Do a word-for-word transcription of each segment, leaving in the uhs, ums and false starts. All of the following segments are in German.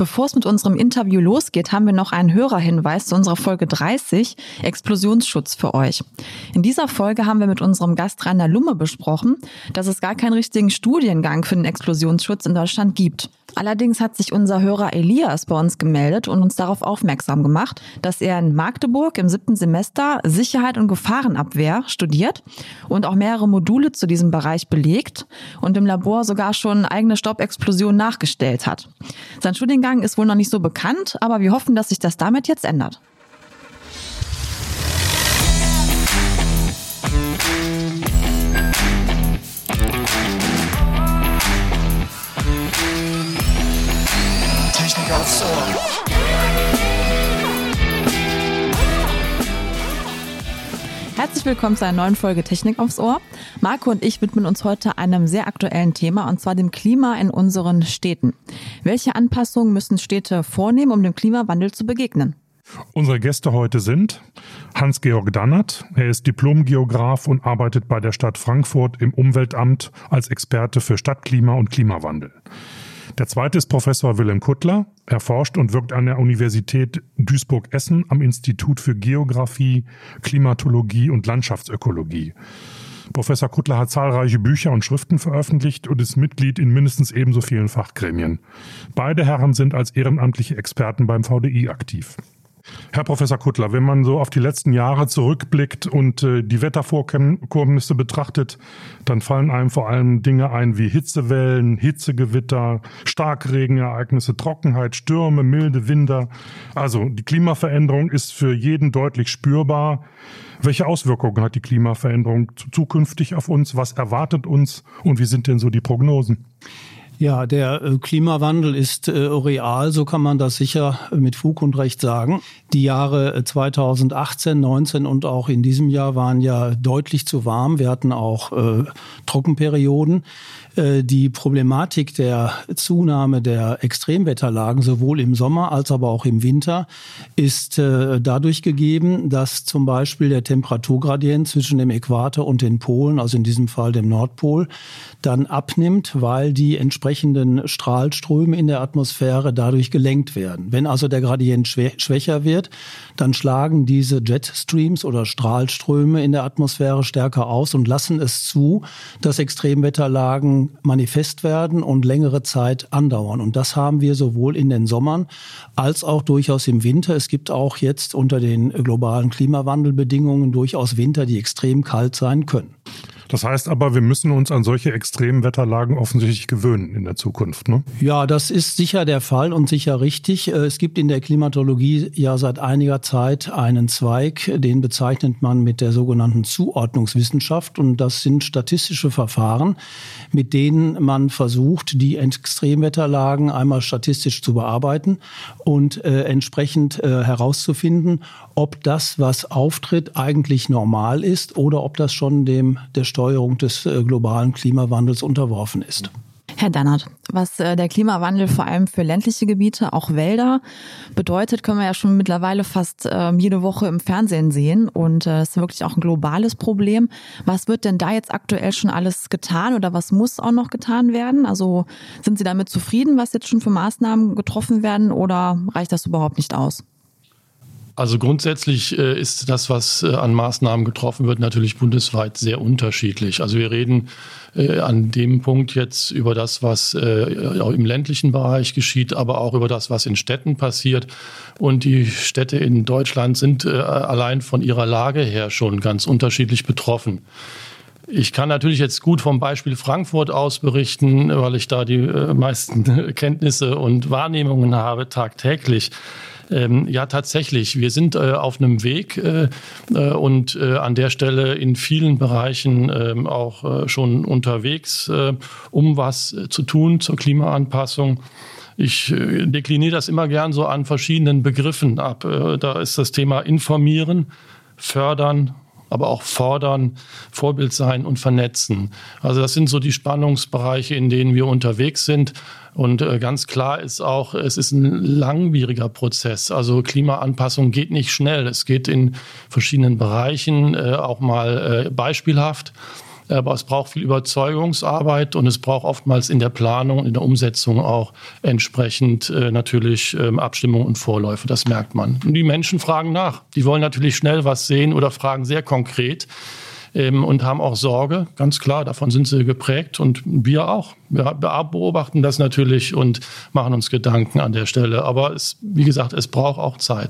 Bevor es mit unserem Interview losgeht, haben wir noch einen Hörerhinweis zu unserer Folge dreißig, Explosionsschutz für euch. In dieser Folge haben wir mit unserem Gast Rainer Lumme besprochen, dass es gar keinen richtigen Studiengang für den Explosionsschutz in Deutschland gibt. Allerdings hat sich unser Hörer Elias bei uns gemeldet und uns darauf aufmerksam gemacht, dass er in Magdeburg im siebten Semester Sicherheit und Gefahrenabwehr studiert und auch mehrere Module zu diesem Bereich belegt und im Labor sogar schon eigene Staubexplosionen nachgestellt hat. Sein Studiengang ist wohl noch nicht so bekannt, aber wir hoffen, dass sich das damit jetzt ändert. Technik aufs Ohr. Herzlich willkommen zu einer neuen Folge Technik aufs Ohr. Marco und ich widmen uns heute einem sehr aktuellen Thema, und zwar dem Klima in unseren Städten. Welche Anpassungen müssen Städte vornehmen, um dem Klimawandel zu begegnen? Unsere Gäste heute sind Hans-Georg Dannert. Er ist Diplom-Geograf und arbeitet bei der Stadt Frankfurt im Umweltamt als Experte für Stadtklima und Klimawandel. Der zweite ist Professor Wilhelm Kuttler. Er forscht und wirkt an der Universität Duisburg-Essen am Institut für Geographie, Klimatologie und Landschaftsökologie. Professor Kuttler hat zahlreiche Bücher und Schriften veröffentlicht und ist Mitglied in mindestens ebenso vielen Fachgremien. Beide Herren sind als ehrenamtliche Experten beim V D I aktiv. Herr Professor Kuttler, wenn man so auf die letzten Jahre zurückblickt und äh, die Wettervorkommnisse betrachtet, dann fallen einem vor allem Dinge ein wie Hitzewellen, Hitzegewitter, Starkregenereignisse, Trockenheit, Stürme, milde Winter. Also die Klimaveränderung ist für jeden deutlich spürbar. Welche Auswirkungen hat die Klimaveränderung zukünftig auf uns? Was erwartet uns und wie sind denn so die Prognosen? Ja, der äh, Klimawandel ist äh, real, so kann man das sicher mit Fug und Recht sagen. Die Jahre zweitausendachtzehn, neunzehn und auch in diesem Jahr waren ja deutlich zu warm. Wir hatten auch äh, Trockenperioden. Äh, die Problematik der Zunahme der Extremwetterlagen sowohl im Sommer als aber auch im Winter ist äh, dadurch gegeben, dass zum Beispiel der Temperaturgradient zwischen dem Äquator und den Polen, also in diesem Fall dem Nordpol, dann abnimmt, weil die entsprechenden Strahlströme in der Atmosphäre dadurch gelenkt werden. Wenn also der Gradient schwächer wird, dann schlagen diese Jetstreams oder Strahlströme in der Atmosphäre stärker aus und lassen es zu, dass Extremwetterlagen manifest werden und längere Zeit andauern. Und das haben wir sowohl in den Sommern als auch durchaus im Winter. Es gibt auch jetzt unter den globalen Klimawandelbedingungen durchaus Winter, die extrem kalt sein können. Das heißt aber, wir müssen uns an solche extremen Wetterlagen offensichtlich gewöhnen in der Zukunft, ne? Ja, das ist sicher der Fall und sicher richtig. Es gibt in der Klimatologie ja seit einiger Zeit einen Zweig, den bezeichnet man mit der sogenannten Zuordnungswissenschaft. Und das sind statistische Verfahren, mit denen man versucht, die Extremwetterlagen einmal statistisch zu bearbeiten und äh, entsprechend äh, herauszufinden, ob das, was auftritt, eigentlich normal ist oder ob das schon dem der Steuerung des äh, globalen Klimawandels unterworfen ist. Herr Dannert, was äh, der Klimawandel vor allem für ländliche Gebiete, auch Wälder, bedeutet, können wir ja schon mittlerweile fast äh, jede Woche im Fernsehen sehen. Und es äh, ist wirklich auch ein globales Problem. Was wird denn da jetzt aktuell schon alles getan oder was muss auch noch getan werden? Also sind Sie damit zufrieden, was jetzt schon für Maßnahmen getroffen werden, oder reicht das überhaupt nicht aus? Also grundsätzlich äh, ist das, was äh, an Maßnahmen getroffen wird, natürlich bundesweit sehr unterschiedlich. Also wir reden äh, an dem Punkt jetzt über das, was äh, auch im ländlichen Bereich geschieht, aber auch über das, was in Städten passiert. Und die Städte in Deutschland sind äh, allein von ihrer Lage her schon ganz unterschiedlich betroffen. Ich kann natürlich jetzt gut vom Beispiel Frankfurt aus berichten, weil ich da die äh, meisten Kenntnisse und Wahrnehmungen habe tagtäglich. Ähm, ja, tatsächlich. Wir sind äh, auf einem Weg äh, und äh, an der Stelle in vielen Bereichen äh, auch äh, schon unterwegs, äh, um was äh, zu tun zur Klimaanpassung. Ich äh, dekliniere das immer gern so an verschiedenen Begriffen ab. Äh, da ist das Thema informieren, fördern, aber auch fordern, Vorbild sein und vernetzen. Also das sind so die Spannungsbereiche, in denen wir unterwegs sind. Und äh, ganz klar ist auch, es ist ein langwieriger Prozess. Also Klimaanpassung geht nicht schnell. Es geht in verschiedenen Bereichen äh, auch mal äh, beispielhaft. Aber es braucht viel Überzeugungsarbeit und es braucht oftmals in der Planung, in der Umsetzung auch entsprechend äh, natürlich ähm, Abstimmung und Vorläufe. Das merkt man. Und die Menschen fragen nach. Die wollen natürlich schnell was sehen oder fragen sehr konkret. Ähm, und haben auch Sorge, ganz klar, davon sind sie geprägt und wir auch. Wir beobachten das natürlich und machen uns Gedanken an der Stelle. Aber es, wie gesagt, es braucht auch Zeit.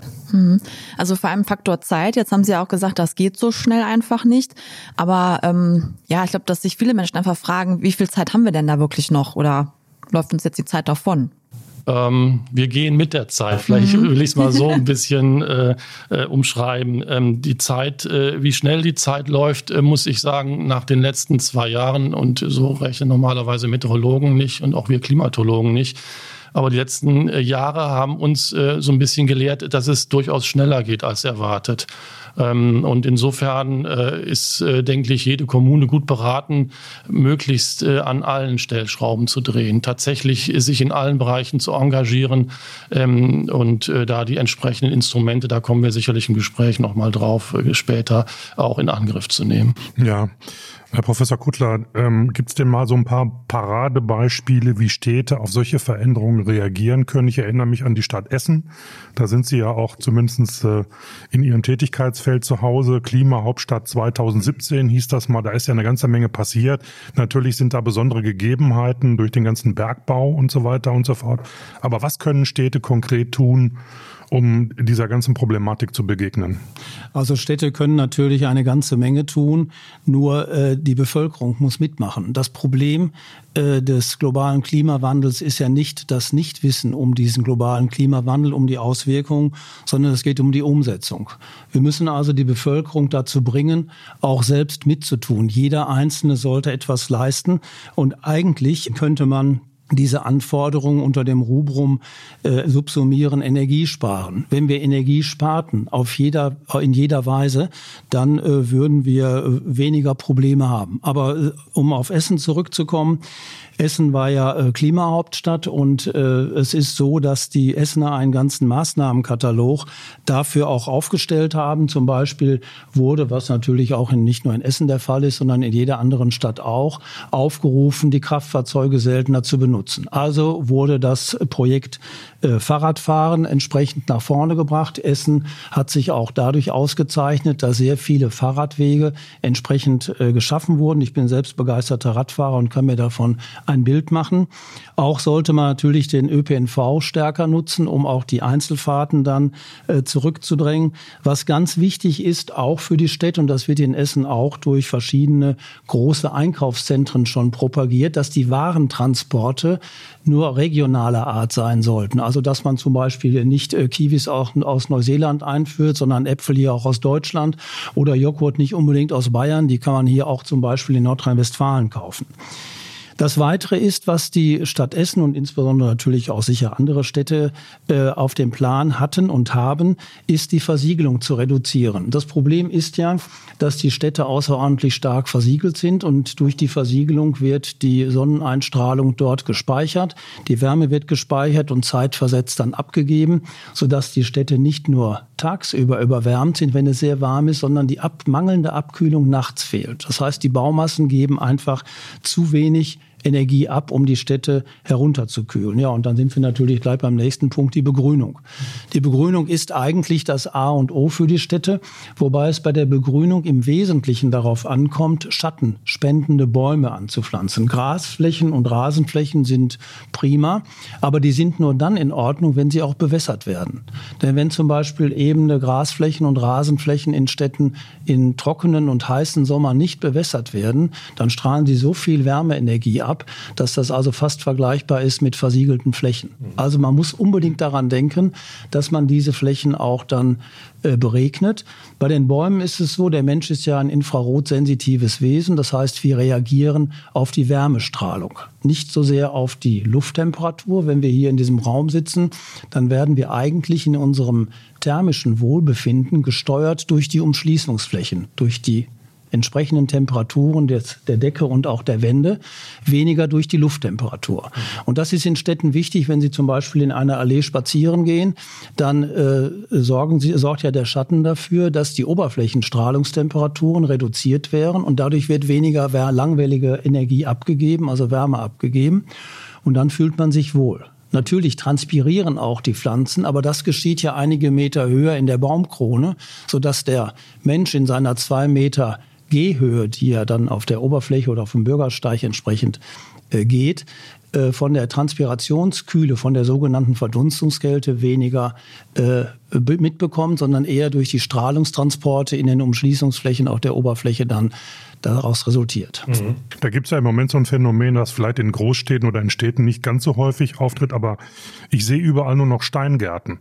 Also vor allem Faktor Zeit. Jetzt haben Sie ja auch gesagt, das geht so schnell einfach nicht. Aber ähm, ja, ich glaube, dass sich viele Menschen einfach fragen, wie viel Zeit haben wir denn da wirklich noch? Oder läuft uns jetzt die Zeit davon? Ähm, wir gehen mit der Zeit. Vielleicht mhm. will ich es mal so ein bisschen äh, äh, umschreiben. Ähm, die Zeit, äh, wie schnell die Zeit läuft, äh, muss ich sagen, nach den letzten zwei Jahren, und so rechnen normalerweise Meteorologen nicht und auch wir Klimatologen nicht. Aber die letzten äh, Jahre haben uns äh, so ein bisschen gelehrt, dass es durchaus schneller geht als erwartet. Ähm, und insofern äh, ist, äh, denke ich, jede Kommune gut beraten, möglichst äh, an allen Stellschrauben zu drehen, tatsächlich äh, sich in allen Bereichen zu engagieren ähm, und äh, da die entsprechenden Instrumente, da kommen wir sicherlich im Gespräch nochmal drauf, äh, später auch in Angriff zu nehmen. Ja. Herr Professor Kuttler, ähm, gibt es denn mal so ein paar Paradebeispiele, wie Städte auf solche Veränderungen reagieren können? Ich erinnere mich an die Stadt Essen. Da sind Sie ja auch zumindest äh, in Ihrem Tätigkeitsfeld zu Hause. Klimahauptstadt zweitausendsiebzehn hieß das mal. Da ist ja eine ganze Menge passiert. Natürlich sind da besondere Gegebenheiten durch den ganzen Bergbau und so weiter und so fort. Aber was können Städte konkret tun, um dieser ganzen Problematik zu begegnen? Also Städte können natürlich eine ganze Menge tun, nur äh, die Bevölkerung muss mitmachen. Das Problem äh, des globalen Klimawandels ist ja nicht das Nichtwissen um diesen globalen Klimawandel, um die Auswirkungen, sondern es geht um die Umsetzung. Wir müssen also die Bevölkerung dazu bringen, auch selbst mitzutun. Jeder Einzelne sollte etwas leisten und eigentlich könnte man diese Anforderungen unter dem Rubrum äh, subsumieren, Energie sparen. Wenn wir Energie sparten auf jeder, in jeder Weise, dann äh, würden wir äh, weniger Probleme haben. Aber äh, um auf Essen zurückzukommen, Essen war ja äh, Klimahauptstadt und äh, es ist so, dass die Essener einen ganzen Maßnahmenkatalog dafür auch aufgestellt haben. Zum Beispiel wurde, was natürlich auch in, nicht nur in Essen der Fall ist, sondern in jeder anderen Stadt auch, aufgerufen, die Kraftfahrzeuge seltener zu benutzen. Also wurde das Projekt äh, Fahrradfahren entsprechend nach vorne gebracht. Essen hat sich auch dadurch ausgezeichnet, dass sehr viele Fahrradwege entsprechend äh, geschaffen wurden. Ich bin selbst begeisterter Radfahrer und kann mir davon ein Bild machen. Auch sollte man natürlich den Ö P N V stärker nutzen, um auch die Einzelfahrten dann äh, zurückzudrängen. Was ganz wichtig ist, auch für die Städte, und das wird in Essen auch durch verschiedene große Einkaufszentren schon propagiert, dass die Warentransporte nur regionaler Art sein sollten. Also dass man zum Beispiel nicht äh, Kiwis auch aus Neuseeland einführt, sondern Äpfel hier auch aus Deutschland oder Joghurt nicht unbedingt aus Bayern. Die kann man hier auch zum Beispiel in Nordrhein-Westfalen kaufen. Das Weitere ist, was die Stadt Essen und insbesondere natürlich auch sicher andere Städte äh, auf dem Plan hatten und haben, ist die Versiegelung zu reduzieren. Das Problem ist ja, dass die Städte außerordentlich stark versiegelt sind und durch die Versiegelung wird die Sonneneinstrahlung dort gespeichert. Die Wärme wird gespeichert und zeitversetzt dann abgegeben, sodass die Städte nicht nur tagsüber überwärmt sind, wenn es sehr warm ist, sondern die ab, mangelnde Abkühlung nachts fehlt. Das heißt, die Baumassen geben einfach zu wenig Energie ab, um die Städte herunterzukühlen. Ja, und dann sind wir natürlich gleich beim nächsten Punkt, die Begrünung. Die Begrünung ist eigentlich das A und O für die Städte, wobei es bei der Begrünung im Wesentlichen darauf ankommt, schattenspendende Bäume anzupflanzen. Grasflächen und Rasenflächen sind prima, aber die sind nur dann in Ordnung, wenn sie auch bewässert werden. Denn wenn zum Beispiel ebene Grasflächen und Rasenflächen in Städten in trockenen und heißen Sommer nicht bewässert werden, dann strahlen sie so viel Wärmeenergie ab, dass das also fast vergleichbar ist mit versiegelten Flächen. Also man muss unbedingt daran denken, dass man diese Flächen auch dann äh, beregnet. Bei den Bäumen ist es so, der Mensch ist ja ein infrarotsensitives Wesen. Das heißt, wir reagieren auf die Wärmestrahlung. Nicht so sehr auf die Lufttemperatur. Wenn wir hier in diesem Raum sitzen, dann werden wir eigentlich in unserem thermischen Wohlbefinden gesteuert durch die Umschließungsflächen, durch die entsprechenden Temperaturen des, der Decke und auch der Wände, weniger durch die Lufttemperatur. Und das ist in Städten wichtig, wenn Sie zum Beispiel in einer Allee spazieren gehen, dann äh, sorgen Sie, sorgt ja der Schatten dafür, dass die Oberflächenstrahlungstemperaturen reduziert werden und dadurch wird weniger langwellige Energie abgegeben, also Wärme abgegeben. Und dann fühlt man sich wohl. Natürlich transpirieren auch die Pflanzen, aber das geschieht ja einige Meter höher in der Baumkrone, sodass der Mensch in seiner zwei Meter Gehhöhe, die ja dann auf der Oberfläche oder auf dem Bürgersteig entsprechend äh, geht, äh, von der Transpirationskühle, von der sogenannten Verdunstungskälte weniger äh, mitbekommt, sondern eher durch die Strahlungstransporte in den Umschließungsflächen auch der Oberfläche dann daraus resultiert. Mhm. Da gibt es ja im Moment so ein Phänomen, das vielleicht in Großstädten oder in Städten nicht ganz so häufig auftritt, aber ich sehe überall nur noch Steingärten.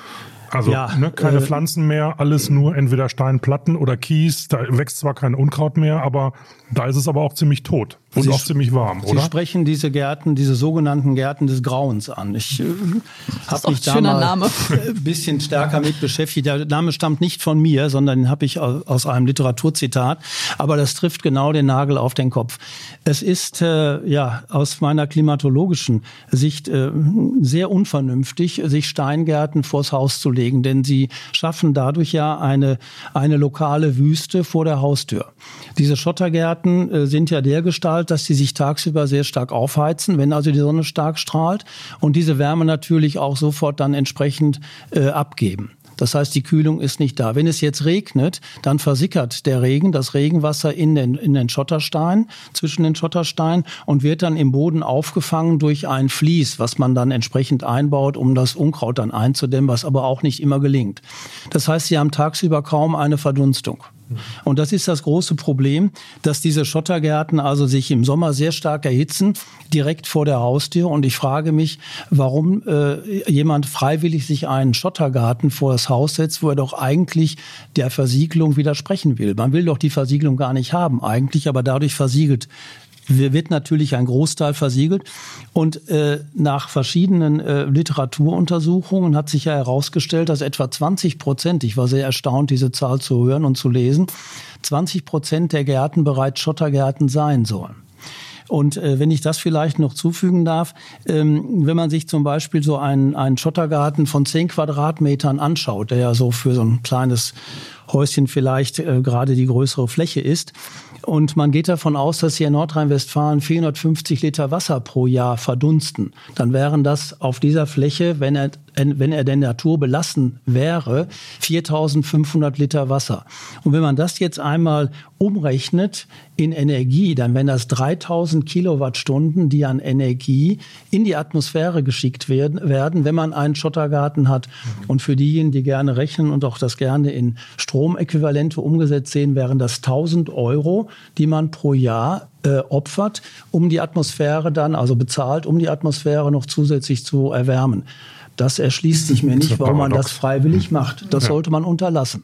Also ja, ne, keine äh, Pflanzen mehr, alles nur entweder Steinplatten oder Kies. Da wächst zwar kein Unkraut mehr, aber da ist es aber auch ziemlich tot und Sie auch ziemlich warm, Sie oder? Sie sprechen diese Gärten, diese sogenannten Gärten des Grauens an. Ich äh, habe mich da mal Name. ein bisschen stärker mit beschäftigt. Der Name stammt nicht von mir, sondern den habe ich aus einem Literaturzitat. Aber das trifft genau den Nagel auf den Kopf. Es ist äh, ja aus meiner klimatologischen Sicht äh, sehr unvernünftig, sich Steingärten vors Haus zu legen, denn sie schaffen dadurch ja eine, eine lokale Wüste vor der Haustür. Diese Schottergärten äh, sind ja dergestalt, dass sie sich tagsüber sehr stark aufheizen, wenn also die Sonne stark strahlt und diese Wärme natürlich auch sofort dann entsprechend äh, abgeben. Das heißt, die Kühlung ist nicht da. Wenn es jetzt regnet, dann versickert der Regen, das Regenwasser in den, in den Schotterstein, zwischen den Schottersteinen und wird dann im Boden aufgefangen durch ein Vlies, was man dann entsprechend einbaut, um das Unkraut dann einzudämmen, was aber auch nicht immer gelingt. Das heißt, Sie haben tagsüber kaum eine Verdunstung. Und das ist das große Problem, dass diese Schottergärten also sich im Sommer sehr stark erhitzen, direkt vor der Haustür. Und ich frage mich, warum äh, jemand freiwillig sich einen Schottergarten vor das Haus setzt, wo er doch eigentlich der Versiegelung widersprechen will. Man will doch die Versiegelung gar nicht haben eigentlich, aber dadurch versiegelt wird natürlich ein Großteil versiegelt. Und äh, nach verschiedenen äh, Literaturuntersuchungen hat sich ja herausgestellt, dass etwa zwanzig Prozent, ich war sehr erstaunt, diese Zahl zu hören und zu lesen, zwanzig Prozent der Gärten bereits Schottergärten sein sollen. Und äh, wenn ich das vielleicht noch zufügen darf, ähm, wenn man sich zum Beispiel so einen, einen Schottergarten von zehn Quadratmetern anschaut, der ja so für so ein kleines Häuschen vielleicht äh, gerade die größere Fläche ist, und man geht davon aus, dass hier in Nordrhein-Westfalen vierhundertfünfzig Liter Wasser pro Jahr verdunsten, dann wären das auf dieser Fläche, wenn er, wenn er der Natur belassen wäre, viertausendfünfhundert Liter Wasser. Und wenn man das jetzt einmal umrechnet in Energie, dann wären das dreitausend Kilowattstunden, die an Energie in die Atmosphäre geschickt werden, werden, wenn man einen Schottergarten hat. Und für diejenigen, die gerne rechnen und auch das gerne in Stromäquivalente umgesetzt sehen, wären das tausend Euro, die man pro Jahr äh, opfert, um die Atmosphäre dann, also bezahlt, um die Atmosphäre noch zusätzlich zu erwärmen. Das erschließt sich mir nicht, warum man das freiwillig macht. Das sollte man unterlassen.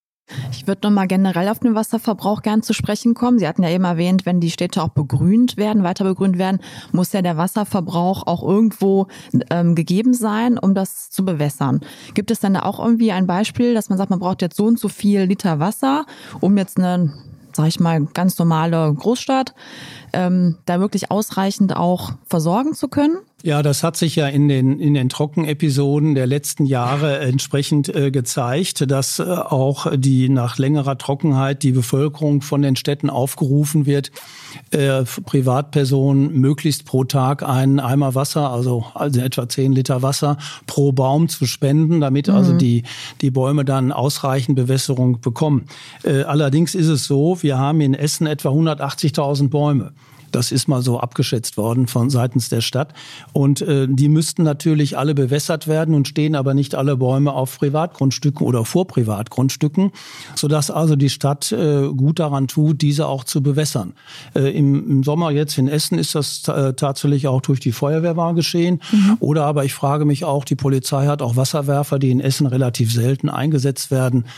Ich würde nochmal generell auf den Wasserverbrauch gern zu sprechen kommen. Sie hatten ja eben erwähnt, wenn die Städte auch begrünt werden, weiter begrünt werden, muss ja der Wasserverbrauch auch irgendwo ähm, gegeben sein, um das zu bewässern. Gibt es dann da auch irgendwie ein Beispiel, dass man sagt, man braucht jetzt so und so viel Liter Wasser, um jetzt eine, sag ich mal, ganz normale Großstadt ähm, da wirklich ausreichend auch versorgen zu können? Ja, das hat sich ja in den in den Trockenepisoden der letzten Jahre entsprechend äh, gezeigt, dass äh, auch die nach längerer Trockenheit die Bevölkerung von den Städten aufgerufen wird, äh, Privatpersonen möglichst pro Tag einen Eimer Wasser, also also etwa zehn Liter Wasser pro Baum zu spenden, damit mhm. also die die Bäume dann ausreichend Bewässerung bekommen. Äh, allerdings ist es so, wir haben in Essen etwa hundertachtzigtausend Bäume. Das ist mal so abgeschätzt worden von seitens der Stadt. Und äh, die müssten natürlich alle bewässert werden und stehen aber nicht alle Bäume auf Privatgrundstücken oder vor Privatgrundstücken, sodass also die Stadt äh, gut daran tut, diese auch zu bewässern. Äh, im, im Sommer jetzt in Essen ist das äh, tatsächlich auch durch die Feuerwehrwahl geschehen. Mhm. Oder aber ich frage mich auch, die Polizei hat auch Wasserwerfer, die in Essen relativ selten eingesetzt werden,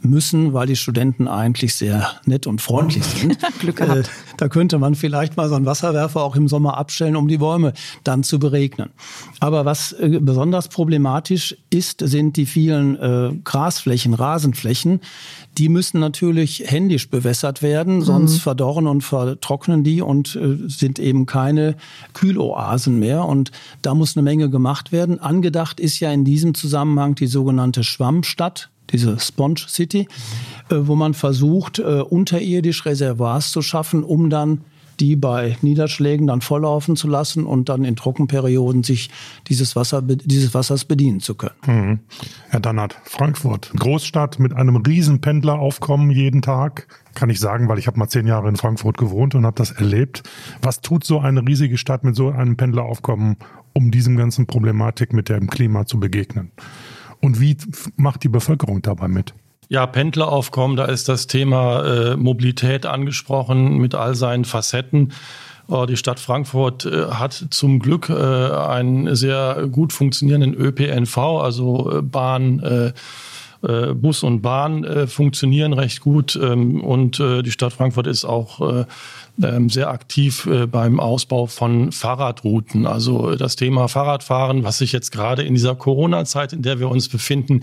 müssen, weil die Studenten eigentlich sehr nett und freundlich sind. Glück gehabt. Äh, da könnte man vielleicht mal so einen Wasserwerfer auch im Sommer abstellen, um die Bäume dann zu beregnen. Aber was äh, besonders problematisch ist, sind die vielen äh, Grasflächen, Rasenflächen. Die müssen natürlich händisch bewässert werden, sonst mhm. verdorren und vertrocknen die und äh, sind eben keine Kühloasen mehr. Und da muss eine Menge gemacht werden. Angedacht ist ja in diesem Zusammenhang die sogenannte Schwammstadt, diese Sponge City, äh, wo man versucht, äh, unterirdisch Reservoirs zu schaffen, um dann die bei Niederschlägen dann volllaufen zu lassen und dann in Trockenperioden sich dieses Wasser, dieses Wassers bedienen zu können. Mhm. Herr Dannert, Frankfurt, Großstadt mit einem riesen Pendleraufkommen jeden Tag. Kann ich sagen, weil ich habe mal zehn Jahre in Frankfurt gewohnt und habe das erlebt. Was tut so eine riesige Stadt mit so einem Pendleraufkommen, um diesem ganzen Problematik mit dem Klima zu begegnen? Und wie macht die Bevölkerung dabei mit? Ja, Pendleraufkommen, da ist das Thema äh, Mobilität angesprochen mit all seinen Facetten. Äh, die Stadt Frankfurt äh, hat zum Glück äh, einen sehr gut funktionierenden Ö P N V, also äh, Bahn, äh, äh, Bus und Bahn äh, funktionieren recht gut. Ähm, und äh, die Stadt Frankfurt ist auch äh, sehr aktiv beim Ausbau von Fahrradrouten. Also das Thema Fahrradfahren, was sich jetzt gerade in dieser Corona-Zeit, in der wir uns befinden,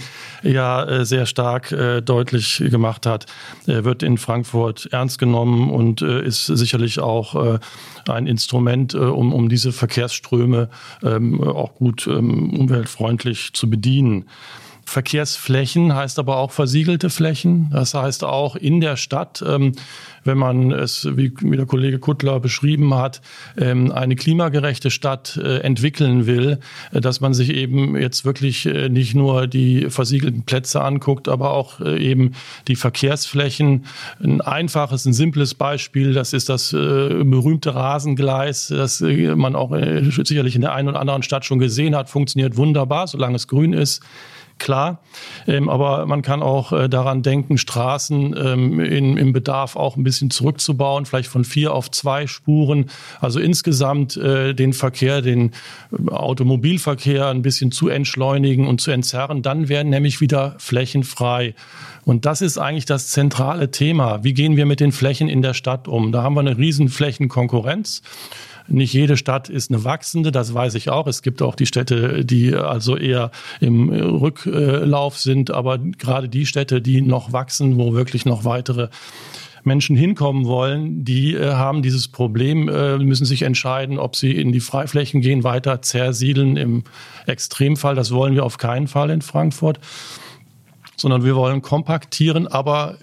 ja sehr stark deutlich gemacht hat, wird in Frankfurt ernst genommen und ist sicherlich auch ein Instrument, um, um diese Verkehrsströme auch gut umweltfreundlich zu bedienen. Verkehrsflächen heißt aber auch versiegelte Flächen. Das heißt auch in der Stadt, ähm, wenn man es, wie, wie der Kollege Kuttler beschrieben hat, ähm, eine klimagerechte Stadt äh, entwickeln will, äh, dass man sich eben jetzt wirklich äh, nicht nur die versiegelten Plätze anguckt, aber auch äh, eben die Verkehrsflächen. Ein einfaches, ein simples Beispiel, das ist das äh, berühmte Rasengleis, das äh, man auch äh, sicherlich in der einen oder anderen Stadt schon gesehen hat, funktioniert wunderbar, solange es grün ist. Klar, ähm, aber man kann auch äh, daran denken, Straßen ähm, in, im Bedarf auch ein bisschen zurückzubauen, vielleicht von vier auf zwei Spuren. Also insgesamt äh, den Verkehr, den Automobilverkehr ein bisschen zu entschleunigen und zu entzerren. Dann werden nämlich wieder Flächen frei. Und das ist eigentlich das zentrale Thema. Wie gehen wir mit den Flächen in der Stadt um? Da haben wir eine riesen Flächenkonkurrenz. Nicht jede Stadt ist eine wachsende, das weiß ich auch. Es gibt auch die Städte, die also eher im Rücklauf sind, aber gerade die Städte, die noch wachsen, wo wirklich noch weitere Menschen hinkommen wollen, die äh, haben dieses Problem, äh, müssen sich entscheiden, ob sie in die Freiflächen gehen, weiter zersiedeln im Extremfall. Das wollen wir auf keinen Fall in Frankfurt, sondern wir wollen kompaktieren, aber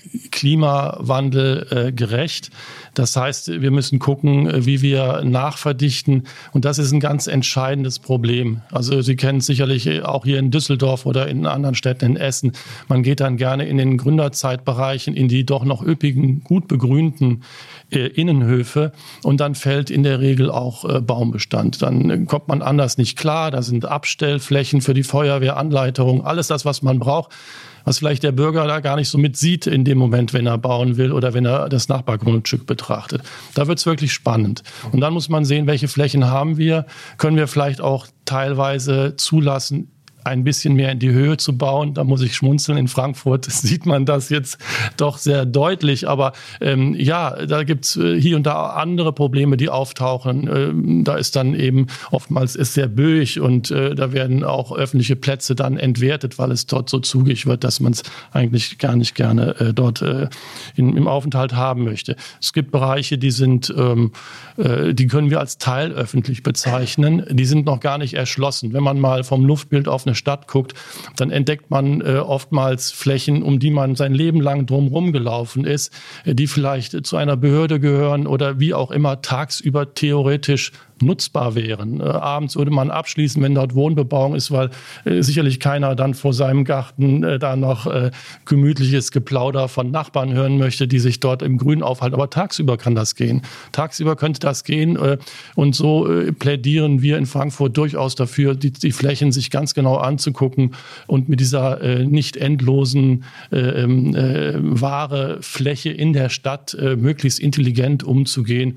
klimawandelgerecht. Das heißt, wir müssen gucken, wie wir nachverdichten. Und das ist ein ganz entscheidendes Problem. Also Sie kennen es sicherlich auch hier in Düsseldorf oder in anderen Städten in Essen. Man geht dann gerne in den Gründerzeitbereichen in die doch noch üppigen, gut begrünten äh, Innenhöfe. Und dann fällt in der Regel auch äh, Baumbestand. Dann äh, kommt man anders nicht klar. Da sind Abstellflächen für die Feuerwehr, Anleiterung, alles das, was man braucht, was vielleicht der Bürger da gar nicht so mit sieht in dem Moment, wenn er bauen will oder wenn er das Nachbargrundstück betrachtet. Da wird es wirklich spannend. Und dann muss man sehen, welche Flächen haben wir, können wir vielleicht auch teilweise zulassen, ein bisschen mehr in die Höhe zu bauen. Da muss ich schmunzeln. In Frankfurt sieht man das jetzt doch sehr deutlich. Aber ähm, ja, da gibt's äh, hier und da andere Probleme, die auftauchen. Ähm, da ist dann eben oftmals ist sehr böig und äh, da werden auch öffentliche Plätze dann entwertet, weil es dort so zugig wird, dass man es eigentlich gar nicht gerne äh, dort äh, in, im Aufenthalt haben möchte. Es gibt Bereiche, die sind, ähm, äh, die können wir als teilöffentlich bezeichnen. Die sind noch gar nicht erschlossen. Wenn man mal vom Luftbild auf eine Stadt guckt, dann entdeckt man äh, oftmals Flächen, um die man sein Leben lang drumherum gelaufen ist, äh, die vielleicht zu einer Behörde gehören oder wie auch immer tagsüber theoretisch nutzbar wären. Äh, abends würde man abschließen, wenn dort Wohnbebauung ist, weil äh, sicherlich keiner dann vor seinem Garten äh, da noch äh, gemütliches Geplauder von Nachbarn hören möchte, die sich dort im Grün aufhalten. Aber tagsüber kann das gehen. Tagsüber könnte das gehen äh, und so äh, plädieren wir in Frankfurt durchaus dafür, die, die Flächen sich ganz genau anzugucken und mit dieser äh, nicht endlosen äh, äh, wahre Fläche in der Stadt äh, möglichst intelligent umzugehen.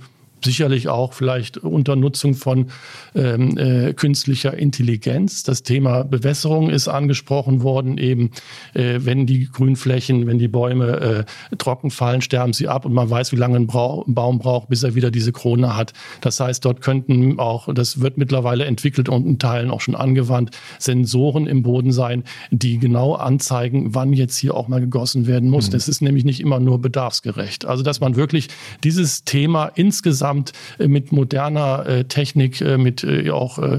sicherlich auch vielleicht unter Nutzung von ähm, äh, künstlicher Intelligenz. Das Thema Bewässerung ist angesprochen worden, eben äh, wenn die Grünflächen, wenn die Bäume äh, trocken fallen, sterben sie ab und man weiß, wie lange ein, Brau- ein Baum braucht, bis er wieder diese Krone hat. Das heißt, dort könnten auch, das wird mittlerweile entwickelt und in Teilen auch schon angewandt, Sensoren im Boden sein, die genau anzeigen, wann jetzt hier auch mal gegossen werden muss. Mhm. Das ist nämlich nicht immer nur bedarfsgerecht. Also, dass man wirklich dieses Thema insgesamt mit moderner äh, Technik, äh, mit äh, auch äh,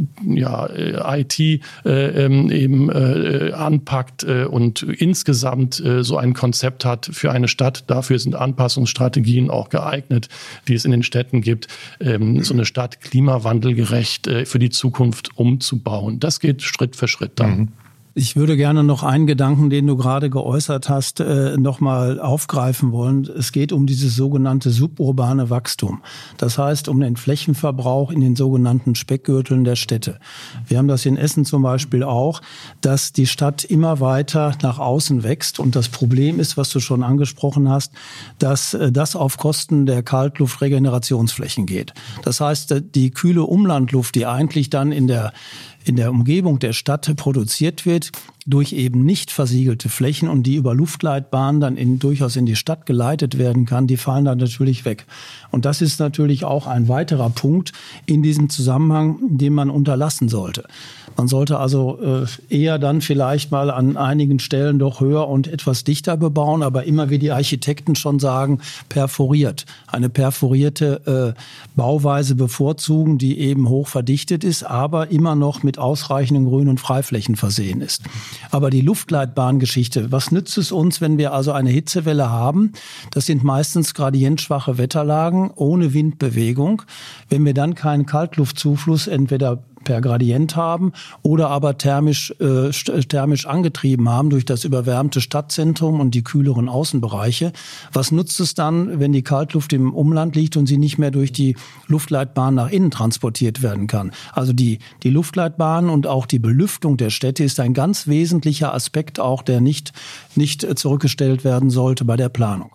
ja, äh, I T äh, eben äh, anpackt äh, und insgesamt äh, so ein Konzept hat für eine Stadt. Dafür sind Anpassungsstrategien auch geeignet, die es in den Städten gibt, ähm, so eine Stadt klimawandelgerecht äh, für die Zukunft umzubauen. Das geht Schritt für Schritt dann. Mhm. Ich würde gerne noch einen Gedanken, den du gerade geäußert hast, äh, nochmal aufgreifen wollen. Es geht um dieses sogenannte suburbane Wachstum. Das heißt, um den Flächenverbrauch in den sogenannten Speckgürteln der Städte. Wir haben das in Essen zum Beispiel auch, dass die Stadt immer weiter nach außen wächst. Und das Problem ist, was du schon angesprochen hast, dass äh, das auf Kosten der Kaltluftregenerationsflächen geht. Das heißt, die kühle Umlandluft, die eigentlich dann in der in der Umgebung der Stadt produziert wird, durch eben nicht versiegelte Flächen und die über Luftleitbahnen dann in, durchaus in die Stadt geleitet werden kann, die fallen dann natürlich weg. Und das ist natürlich auch ein weiterer Punkt in diesem Zusammenhang, den man unterlassen sollte. Man sollte also äh, eher dann vielleicht mal an einigen Stellen doch höher und etwas dichter bebauen, aber immer, wie die Architekten schon sagen, perforiert. Eine perforierte äh, Bauweise bevorzugen, die eben hoch verdichtet ist, aber immer noch mit ausreichenden Grün- und Freiflächen versehen ist. Aber die Luftleitbahngeschichte, was nützt es uns, wenn wir also eine Hitzewelle haben? Das sind meistens gradientschwache Wetterlagen ohne Windbewegung. Wenn wir dann keinen Kaltluftzufluss entweder per Gradient haben oder aber thermisch, äh, thermisch angetrieben haben durch das überwärmte Stadtzentrum und die kühleren Außenbereiche. Was nutzt es dann, wenn die Kaltluft im Umland liegt und sie nicht mehr durch die Luftleitbahn nach innen transportiert werden kann? Also die, die Luftleitbahn und auch die Belüftung der Städte ist ein ganz wesentlicher Aspekt auch, der nicht, nicht zurückgestellt werden sollte bei der Planung.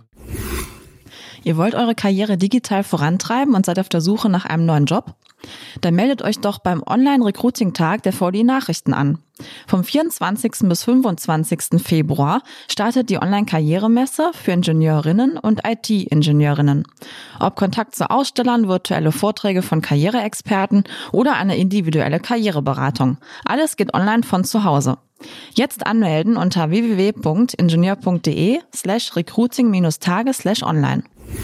Ihr wollt eure Karriere digital vorantreiben und seid auf der Suche nach einem neuen Job? Dann meldet euch doch beim Online-Recruiting-Tag der V D I-Nachrichten an. Vom vierundzwanzigsten bis fünfundzwanzigsten Februar startet die Online-Karrieremesse für Ingenieurinnen und I T-Ingenieurinnen. Ob Kontakt zu Ausstellern, virtuelle Vorträge von Karriereexperten oder eine individuelle Karriereberatung. Alles geht online von zu Hause. Jetzt anmelden unter w w w punkt ingenieur punkt d e slash recruiting tage slash online.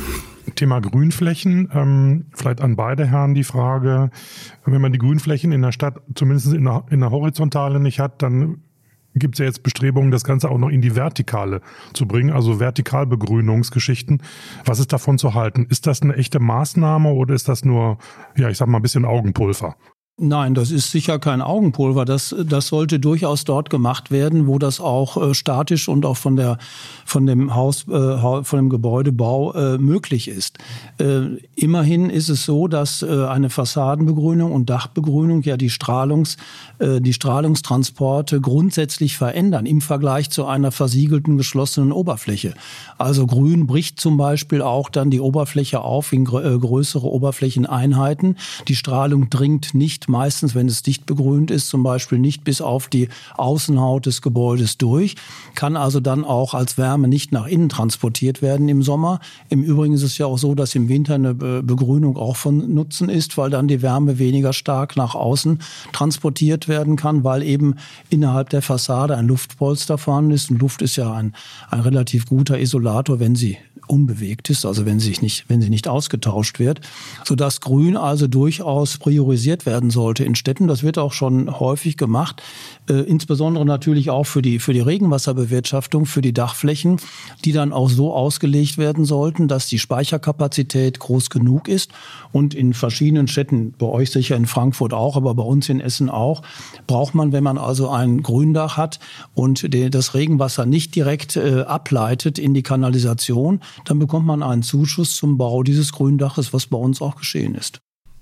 Thema Grünflächen, ähm, vielleicht an beide Herren die Frage, wenn man die Grünflächen in der Stadt zumindest in der, in der Horizontale nicht hat, dann gibt es ja jetzt Bestrebungen, das Ganze auch noch in die Vertikale zu bringen, also Vertikalbegrünungsgeschichten. Was ist davon zu halten? Ist das eine echte Maßnahme oder ist das nur, ja, ich sag mal, ein bisschen Augenpulver? Nein, das ist sicher kein Augenpulver. Das, das sollte durchaus dort gemacht werden, wo das auch äh, statisch und auch von der, von dem Haus, äh, von dem Gebäudebau äh, möglich ist. Äh, immerhin ist es so, dass äh, eine Fassadenbegrünung und Dachbegrünung ja die Strahlungs, äh, die Strahlungstransporte grundsätzlich verändern im Vergleich zu einer versiegelten, geschlossenen Oberfläche. Also Grün bricht zum Beispiel auch dann die Oberfläche auf in gr- äh, größere Oberflächeneinheiten. Die Strahlung dringt nicht meistens, wenn es dicht begrünt ist, zum Beispiel nicht bis auf die Außenhaut des Gebäudes durch, kann also dann auch als Wärme nicht nach innen transportiert werden im Sommer. Im Übrigen ist es ja auch so, dass im Winter eine Begrünung auch von Nutzen ist, weil dann die Wärme weniger stark nach außen transportiert werden kann, weil eben innerhalb der Fassade ein Luftpolster vorhanden ist. Und Luft ist ja ein, ein relativ guter Isolator, wenn sie unbewegt ist, also wenn sie nicht, wenn sie nicht ausgetauscht wird, sodass Grün also durchaus priorisiert werden sollte in Städten. Das wird auch schon häufig gemacht, äh, insbesondere natürlich auch für die, für die Regenwasserbewirtschaftung, für die Dachflächen, die dann auch so ausgelegt werden sollten, dass die Speicherkapazität groß genug ist. Und in verschiedenen Städten, bei euch sicher in Frankfurt auch, aber bei uns in Essen auch, braucht man, wenn man also ein Gründach hat und die, das Regenwasser nicht direkt äh, ableitet in die Kanalisation, dann bekommt man einen Zuschuss zum Bau dieses Gründaches, was bei uns auch geschehen ist.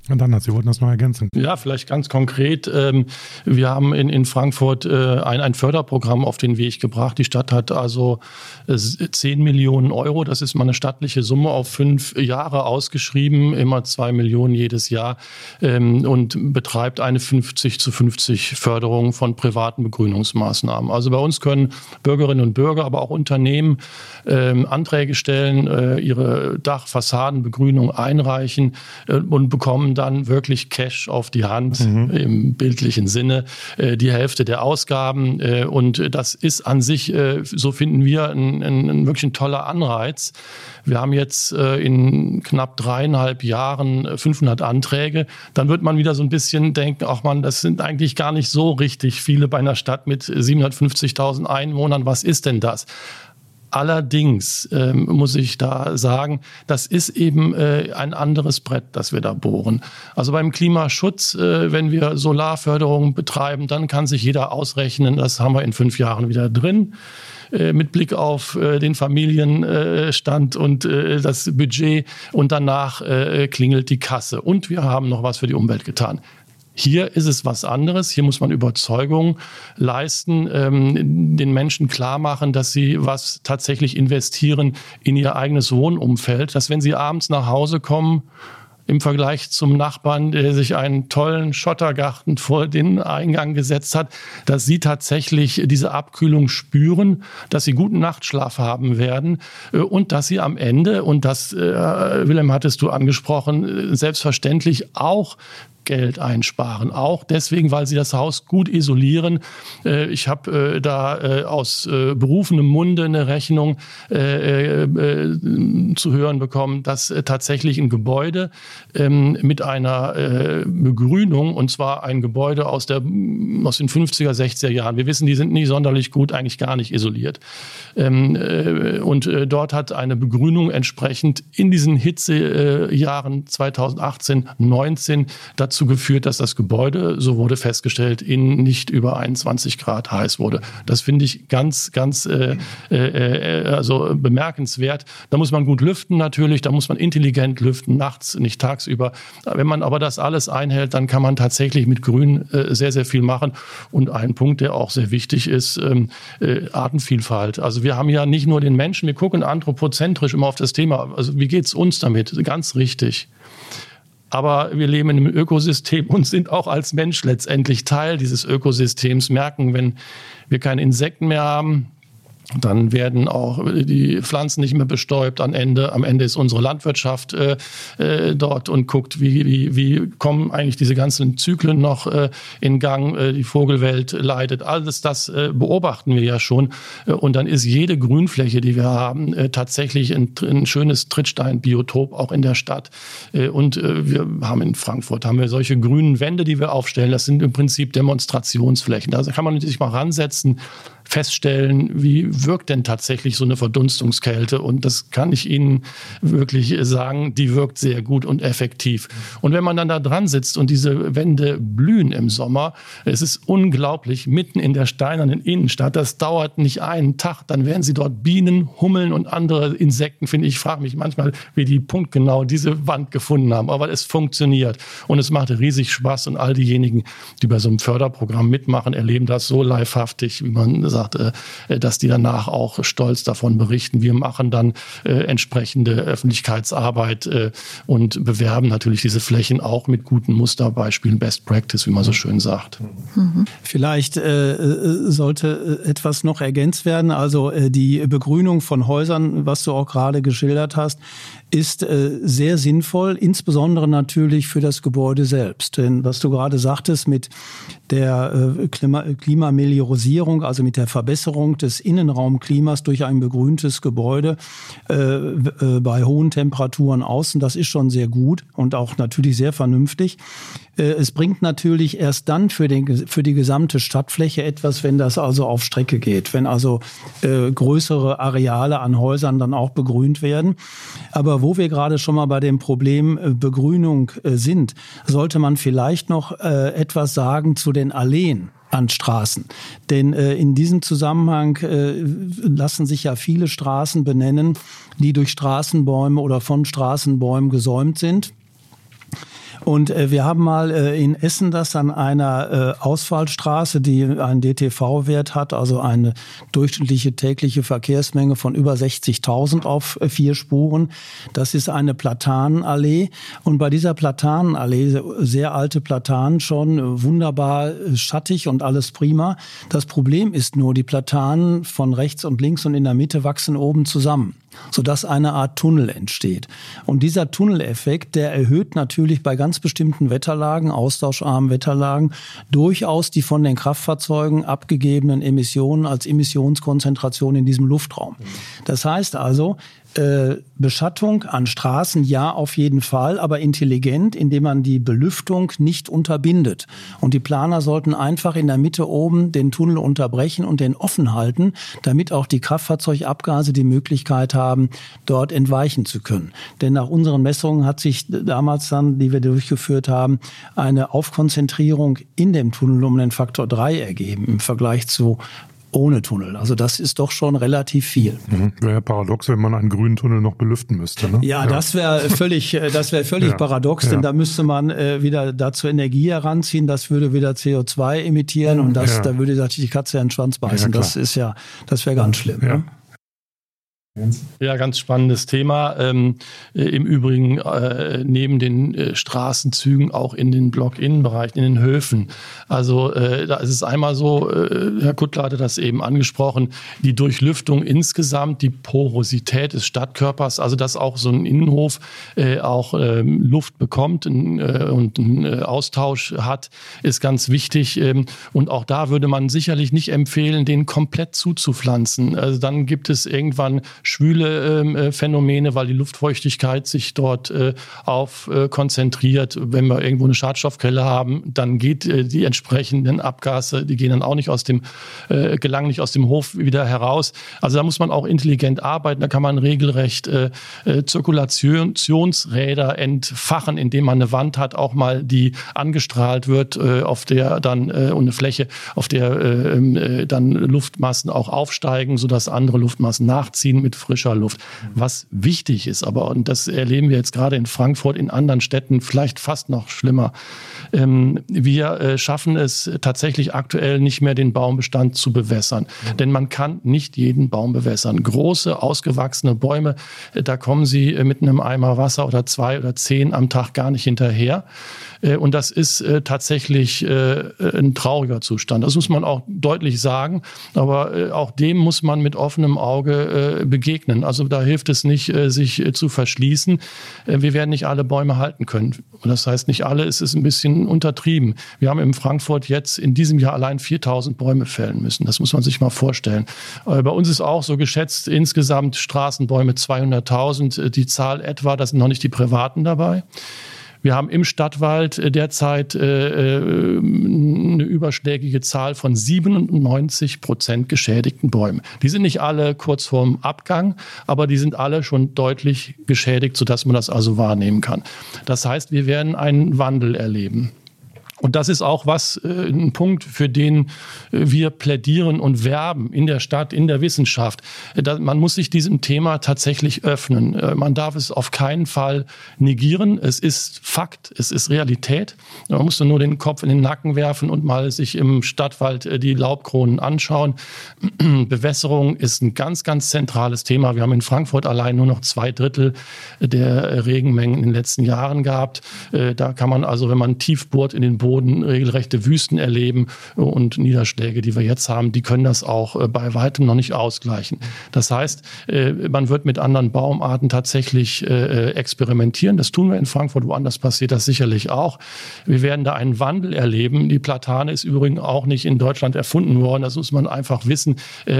Und dann, Sie wollten das noch ergänzen. Ja, vielleicht ganz konkret. Ähm, wir haben in, in Frankfurt äh, ein, ein Förderprogramm auf den Weg gebracht. Die Stadt hat also äh, zehn Millionen Euro, das ist mal eine stattliche Summe, auf fünf Jahre ausgeschrieben, immer zwei Millionen jedes Jahr, ähm, und betreibt eine fünfzig zu fünfzig Förderung von privaten Begrünungsmaßnahmen. Also bei uns können Bürgerinnen und Bürger, aber auch Unternehmen ähm, Anträge stellen, äh, ihre Dachfassadenbegrünung einreichen äh, und bekommen dann wirklich Cash auf die Hand, mhm. im bildlichen Sinne, äh, die Hälfte der Ausgaben. Äh, und das ist an sich, äh, so finden wir, ein, ein, ein wirklich ein toller Anreiz. Wir haben jetzt äh, in knapp dreieinhalb Jahren fünfhundert Anträge. Dann wird man wieder so ein bisschen denken, ach man, das sind eigentlich gar nicht so richtig viele bei einer Stadt mit siebenhundertfünfzigtausend Einwohnern. Was ist denn das? Allerdings ähm, muss ich da sagen, das ist eben äh, ein anderes Brett, das wir da bohren. Also beim Klimaschutz, äh, wenn wir Solarförderung betreiben, dann kann sich jeder ausrechnen, das haben wir in fünf Jahren wieder drin. Äh, mit Blick auf äh, den Familienstand äh, und äh, das Budget. Und danach äh, klingelt die Kasse. Und wir haben noch was für die Umwelt getan. Hier ist es was anderes. Hier muss man Überzeugung leisten, ähm, den Menschen klar machen, dass sie was tatsächlich investieren in ihr eigenes Wohnumfeld. Dass wenn sie abends nach Hause kommen, im Vergleich zum Nachbarn, der sich einen tollen Schottergarten vor den Eingang gesetzt hat, dass sie tatsächlich diese Abkühlung spüren, dass sie guten Nachtschlaf haben werden und dass sie am Ende, und das, äh, Wilhelm, hattest du angesprochen, selbstverständlich auch Geld einsparen. Auch deswegen, weil sie das Haus gut isolieren. Ich habe da aus berufenem Munde eine Rechnung zu hören bekommen, dass tatsächlich ein Gebäude mit einer Begrünung, und zwar ein Gebäude aus, der, aus den fünfziger, sechziger Jahren, wir wissen, die sind nicht sonderlich gut, eigentlich gar nicht isoliert. Und dort hat eine Begrünung entsprechend in diesen Hitzejahren zweitausendachtzehn, neunzehn dazu geführt, dass das Gebäude, so wurde festgestellt, in nicht über einundzwanzig Grad heiß wurde. Das finde ich ganz, ganz äh, äh, also bemerkenswert. Da muss man gut lüften natürlich, da muss man intelligent lüften, nachts, nicht tagsüber. Wenn man aber das alles einhält, dann kann man tatsächlich mit Grün äh, sehr, sehr viel machen. Und ein Punkt, der auch sehr wichtig ist, ähm, äh, Artenvielfalt. Also wir haben ja nicht nur den Menschen, wir gucken anthropozentrisch immer auf das Thema. Also wie geht's uns damit? Ganz richtig. Aber wir leben in einem Ökosystem und sind auch als Mensch letztendlich Teil dieses Ökosystems. Merken, wenn wir keine Insekten mehr haben, dann werden auch die Pflanzen nicht mehr bestäubt. Am Ende, am Ende ist unsere Landwirtschaft äh, äh, dort und guckt, wie, wie, wie kommen eigentlich diese ganzen Zyklen noch äh, in Gang. Äh, die Vogelwelt leidet. Alles das äh, beobachten wir ja schon. Äh, und dann ist jede Grünfläche, die wir haben, äh, tatsächlich ein, ein schönes Trittsteinbiotop auch in der Stadt. Äh, und äh, wir haben in Frankfurt haben wir solche grünen Wände, die wir aufstellen. Das sind im Prinzip Demonstrationsflächen. Da kann man sich mal ransetzen, feststellen, wie wirkt denn tatsächlich so eine Verdunstungskälte. Und das kann ich Ihnen wirklich sagen, die wirkt sehr gut und effektiv. Und wenn man dann da dran sitzt und diese Wände blühen im Sommer, es ist unglaublich, mitten in der steinernen Innenstadt, das dauert nicht einen Tag, dann werden Sie dort Bienen, Hummeln und andere Insekten finden. Ich frage mich manchmal, wie die punktgenau diese Wand gefunden haben. Aber es funktioniert und es macht riesig Spaß. Und all diejenigen, die bei so einem Förderprogramm mitmachen, erleben das so livehaftig, wie man sagt, dass die danach auch stolz davon berichten. Wir machen dann äh, entsprechende Öffentlichkeitsarbeit äh, und bewerben natürlich diese Flächen auch mit guten Musterbeispielen, Best Practice, wie man so schön sagt. Mhm. Vielleicht äh, sollte etwas noch ergänzt werden. Also äh, die Begrünung von Häusern, was du auch gerade geschildert hast, ist äh, sehr sinnvoll, insbesondere natürlich für das Gebäude selbst. Denn was du gerade sagtest mit der äh, Klima Klimameliorisierung, also mit der Verbesserung des Innenraumklimas durch ein begrüntes Gebäude äh, äh, bei hohen Temperaturen außen, das ist schon sehr gut und auch natürlich sehr vernünftig. Äh, es bringt natürlich erst dann für, den, für die gesamte Stadtfläche etwas, wenn das also auf Strecke geht, wenn also äh, größere Areale an Häusern dann auch begrünt werden. Aber wo wir gerade schon mal bei dem Problem äh, Begrünung äh, sind, sollte man vielleicht noch äh, etwas sagen zu den Alleen an Straßen. Denn äh, in diesem Zusammenhang äh, lassen sich ja viele Straßen benennen, die durch Straßenbäume oder von Straßenbäumen gesäumt sind. Und äh, wir haben mal äh, in Essen das an einer äh, Ausfallstraße, die einen D T V-Wert hat, also eine durchschnittliche tägliche Verkehrsmenge von über sechzigtausend auf äh, vier Spuren. Das ist eine Platanenallee. Und bei dieser Platanenallee, sehr alte Platanen schon, wunderbar äh, schattig und alles prima. Das Problem ist nur, die Platanen von rechts und links und in der Mitte wachsen oben zusammen, sodass eine Art Tunnel entsteht. Und dieser Tunneleffekt, der erhöht natürlich bei ganz bestimmten Wetterlagen, austauscharmen Wetterlagen, durchaus die von den Kraftfahrzeugen abgegebenen Emissionen als Emissionskonzentration in diesem Luftraum. Das heißt also, Äh, Beschattung an Straßen, ja, auf jeden Fall, aber intelligent, indem man die Belüftung nicht unterbindet. Und die Planer sollten einfach in der Mitte oben den Tunnel unterbrechen und den offen halten, damit auch die Kraftfahrzeugabgase die Möglichkeit haben, dort entweichen zu können. Denn nach unseren Messungen hat sich damals dann, die wir durchgeführt haben, eine Aufkonzentrierung in dem Tunnel um den Faktor drei ergeben im Vergleich zu ohne Tunnel. Also das ist doch schon relativ viel. Mhm. Wäre ja paradox, wenn man einen grünen Tunnel noch belüften müsste. Ne? Ja, ja, das wäre völlig, das wäre völlig ja. paradox, denn ja. da müsste man äh, wieder dazu Energie heranziehen. Das würde wieder C O zwei emittieren und das, ja. da würde natürlich die Katze in den Schwanz beißen. Ja, das ist ja, das wäre ganz schlimm. Ja. Ne? Ja, ganz spannendes Thema. Ähm, äh, Im Übrigen äh, neben den äh, Straßenzügen auch in den Block-Innenbereichen, in den Höfen. Also äh, da ist es einmal so, äh, Herr Kuttler hatte das eben angesprochen, die Durchlüftung insgesamt, die Porosität des Stadtkörpers, also dass auch so ein Innenhof äh, auch äh, Luft bekommt äh, und einen äh, Austausch hat, ist ganz wichtig. Ähm, und auch da würde man sicherlich nicht empfehlen, den komplett zuzupflanzen. Also dann gibt es irgendwann schwüle äh, Phänomene, weil die Luftfeuchtigkeit sich dort äh, auf äh, konzentriert. Wenn wir irgendwo eine Schadstoffquelle haben, dann geht äh, die entsprechenden Abgase, die gehen dann auch nicht aus dem, äh, gelangen nicht aus dem Hof wieder heraus. Also da muss man auch intelligent arbeiten. Da kann man regelrecht äh, äh, Zirkulationsräder entfachen, indem man eine Wand hat, auch mal die angestrahlt wird, äh, auf der dann äh, und eine Fläche, auf der äh, äh, dann Luftmassen auch aufsteigen, sodass andere Luftmassen nachziehen mit frischer Luft. Was wichtig ist aber, und das erleben wir jetzt gerade in Frankfurt, in anderen Städten vielleicht fast noch schlimmer, ähm, wir äh, schaffen es tatsächlich aktuell nicht mehr, den Baumbestand zu bewässern. Mhm. Denn man kann nicht jeden Baum bewässern. Große, ausgewachsene Bäume, äh, da kommen sie äh, mit einem Eimer Wasser oder zwei oder zehn am Tag gar nicht hinterher. Äh, und das ist äh, tatsächlich äh, ein trauriger Zustand. Das muss man auch deutlich sagen. Aber äh, auch dem muss man mit offenem Auge äh, begegnen. Also da hilft es nicht, äh, sich äh, zu verschließen. Äh, wir werden nicht alle Bäume halten können. Und das heißt, nicht alle, es ist ein bisschen untertrieben. Wir haben in Frankfurt jetzt in diesem Jahr allein viertausend Bäume fällen müssen. Das muss man sich mal vorstellen. Äh, bei uns ist auch so geschätzt insgesamt Straßenbäume zweihunderttausend. Die Zahl etwa, das sind noch nicht die privaten dabei. Wir haben im Stadtwald derzeit äh, eine überschlägige Zahl von siebenundneunzig Prozent geschädigten Bäumen. Die sind nicht alle kurz vorm Abgang, aber die sind alle schon deutlich geschädigt, sodass man das also wahrnehmen kann. Das heißt, wir werden einen Wandel erleben. Und das ist auch was, äh, ein Punkt, für den äh, wir plädieren und werben in der Stadt, in der Wissenschaft. Äh, da, man muss sich diesem Thema tatsächlich öffnen. Äh, man darf es auf keinen Fall negieren. Es ist Fakt, es ist Realität. Man muss nur den Kopf in den Nacken werfen und mal sich im Stadtwald äh, die Laubkronen anschauen. Bewässerung ist ein ganz, ganz zentrales Thema. Wir haben in Frankfurt allein nur noch zwei Drittel der Regenmengen in den letzten Jahren gehabt. Äh, da kann man also, wenn man tief bohrt in den Boden, regelrechte Wüsten erleben und Niederschläge, die wir jetzt haben, die können das auch bei weitem noch nicht ausgleichen. Das heißt, man wird mit anderen Baumarten tatsächlich experimentieren. Das tun wir in Frankfurt, woanders passiert das sicherlich auch. Wir werden da einen Wandel erleben. Die Platane ist übrigens auch nicht in Deutschland erfunden worden. Das muss man einfach wissen.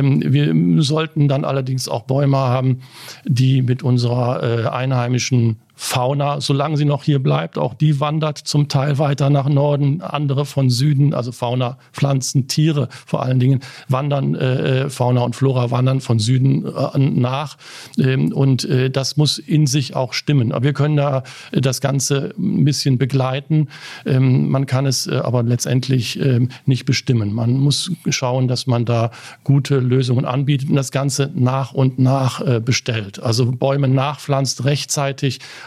Wir sollten dann allerdings auch Bäume haben, die mit unserer einheimischen Fauna, solange sie noch hier bleibt, auch die wandert zum Teil weiter nach Norden, andere von Süden, also Fauna, Pflanzen, Tiere vor allen Dingen, wandern, äh, Fauna und Flora wandern von Süden äh, nach ähm, und äh, das muss in sich auch stimmen. Aber wir können da äh, das Ganze ein bisschen begleiten, ähm, man kann es äh, aber letztendlich äh, nicht bestimmen. Man muss schauen, dass man da gute Lösungen anbietet und das Ganze nach und nach äh, bestellt. Also Bäume nachpflanzt rechtzeitig,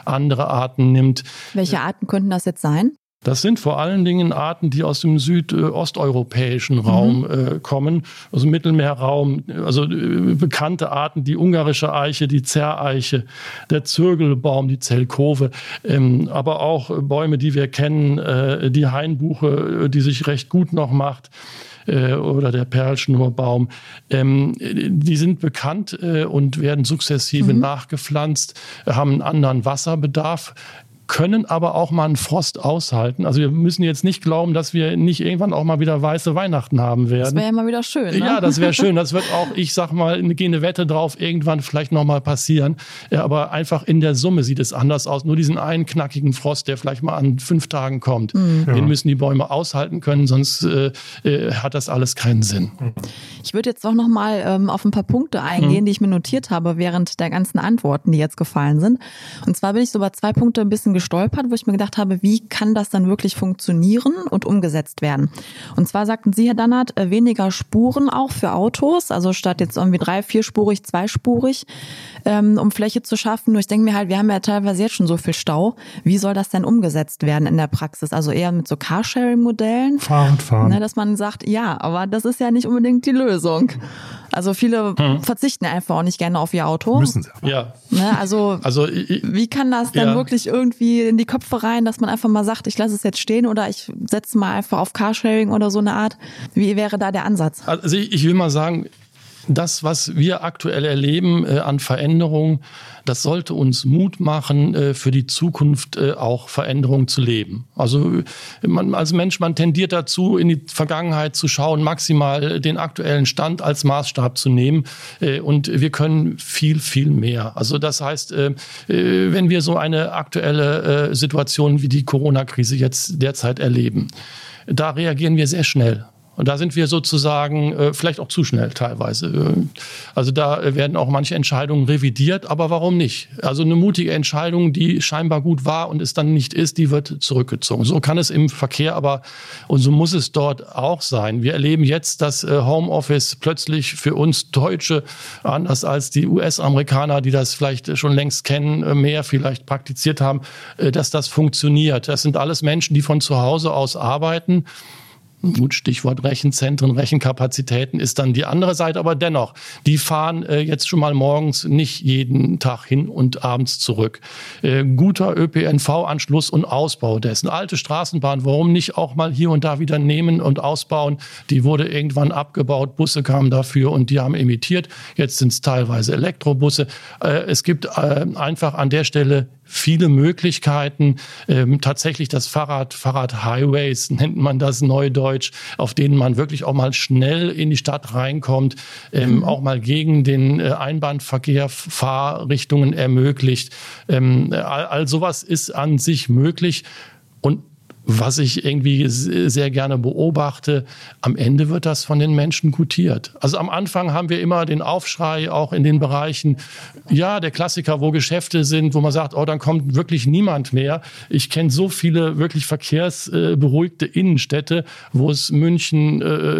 andere Arten nimmt. Welche Arten könnten das jetzt sein? Das sind vor allen Dingen Arten, die aus dem südosteuropäischen Raum mhm. äh, kommen, aus dem Mittelmeerraum. Also äh, bekannte Arten, die ungarische Eiche, die Zerreiche, der Zirkelbaum, die Zelkove, ähm, aber auch äh, Bäume, die wir kennen, äh, die Hainbuche, die sich recht gut noch macht, äh, oder der Perlschnurbaum. Ähm, die sind bekannt äh, und werden sukzessive mhm. nachgepflanzt, haben einen anderen Wasserbedarf, können aber auch mal einen Frost aushalten. Also wir müssen jetzt nicht glauben, dass wir nicht irgendwann auch mal wieder weiße Weihnachten haben werden. Das wäre ja mal wieder schön, ne? Ja, das wäre schön. Das wird auch, ich sag mal, eine gehende Wette drauf, irgendwann vielleicht noch mal passieren. Ja, aber einfach in der Summe sieht es anders aus. Nur diesen einen knackigen Frost, der vielleicht mal an fünf Tagen kommt, mhm. den ja. müssen die Bäume aushalten können, sonst äh, äh, hat das alles keinen Sinn. Ich würde jetzt auch noch mal ähm, auf ein paar Punkte eingehen, mhm. die ich mir notiert habe während der ganzen Antworten, die jetzt gefallen sind. Und zwar bin ich so bei zwei Punkte ein bisschen gestolpert, wo ich mir gedacht habe, wie kann das dann wirklich funktionieren und umgesetzt werden? Und zwar sagten Sie, Herr Dannert, weniger Spuren auch für Autos, also statt jetzt irgendwie drei-, vierspurig, zweispurig, ähm, um Fläche zu schaffen. Nur ich denke mir halt, wir haben ja teilweise jetzt schon so viel Stau. Wie soll das denn umgesetzt werden in der Praxis? Also eher mit so Carsharing-Modellen? Fahren, fahren. Ne, dass man sagt, ja, aber das ist ja nicht unbedingt die Lösung. Also viele hm. verzichten einfach auch nicht gerne auf ihr Auto. Müssen sie aber. Ja. Ne, also, also ich, wie kann das dann ja. wirklich irgendwie in die Köpfe rein, dass man einfach mal sagt, ich lasse es jetzt stehen oder ich setze mal einfach auf Carsharing oder so eine Art? Wie wäre da der Ansatz? Also ich, ich will mal sagen, das, was wir aktuell erleben äh, an Veränderungen, das sollte uns Mut machen, äh, für die Zukunft äh, auch Veränderungen zu leben. Also man, als Mensch, man tendiert dazu, in die Vergangenheit zu schauen, maximal den aktuellen Stand als Maßstab zu nehmen. Äh, und wir können viel, viel mehr. Also das heißt, äh, wenn wir so eine aktuelle äh, Situation wie die Corona-Krise jetzt derzeit erleben, da reagieren wir sehr schnell. Und da sind wir sozusagen äh, vielleicht auch zu schnell teilweise. Also da werden auch manche Entscheidungen revidiert, aber warum nicht? Also eine mutige Entscheidung, die scheinbar gut war und es dann nicht ist, die wird zurückgezogen. So kann es im Verkehr aber und so muss es dort auch sein. Wir erleben jetzt, dass äh, Homeoffice plötzlich für uns Deutsche, anders als die U S-Amerikaner, die das vielleicht schon längst kennen, mehr vielleicht praktiziert haben, äh, dass das funktioniert. Das sind alles Menschen, die von zu Hause aus arbeiten. Gut, Stichwort Rechenzentren, Rechenkapazitäten ist dann die andere Seite, aber dennoch, die fahren äh, jetzt schon mal morgens nicht jeden Tag hin und abends zurück. Äh, guter Ö P N V-Anschluss und Ausbau dessen. Alte Straßenbahn, warum nicht auch mal hier und da wieder nehmen und ausbauen? Die wurde irgendwann abgebaut, Busse kamen dafür und die haben emittiert. Jetzt sind es teilweise Elektrobusse. Äh, es gibt äh, einfach an der Stelle viele Möglichkeiten, ähm, tatsächlich das Fahrrad, Fahrrad-Highways nennt man das neudeutsch, auf denen man wirklich auch mal schnell in die Stadt reinkommt, ähm, mhm. auch mal gegen den äh, Einbahnverkehr Fahrrichtungen ermöglicht. Ähm, all, all sowas ist an sich möglich und was ich irgendwie sehr gerne beobachte, am Ende wird das von den Menschen gutiert. Also am Anfang haben wir immer den Aufschrei, auch in den Bereichen, ja, der Klassiker, wo Geschäfte sind, wo man sagt, oh, dann kommt wirklich niemand mehr. Ich kenne so viele wirklich verkehrsberuhigte Innenstädte, wo es München,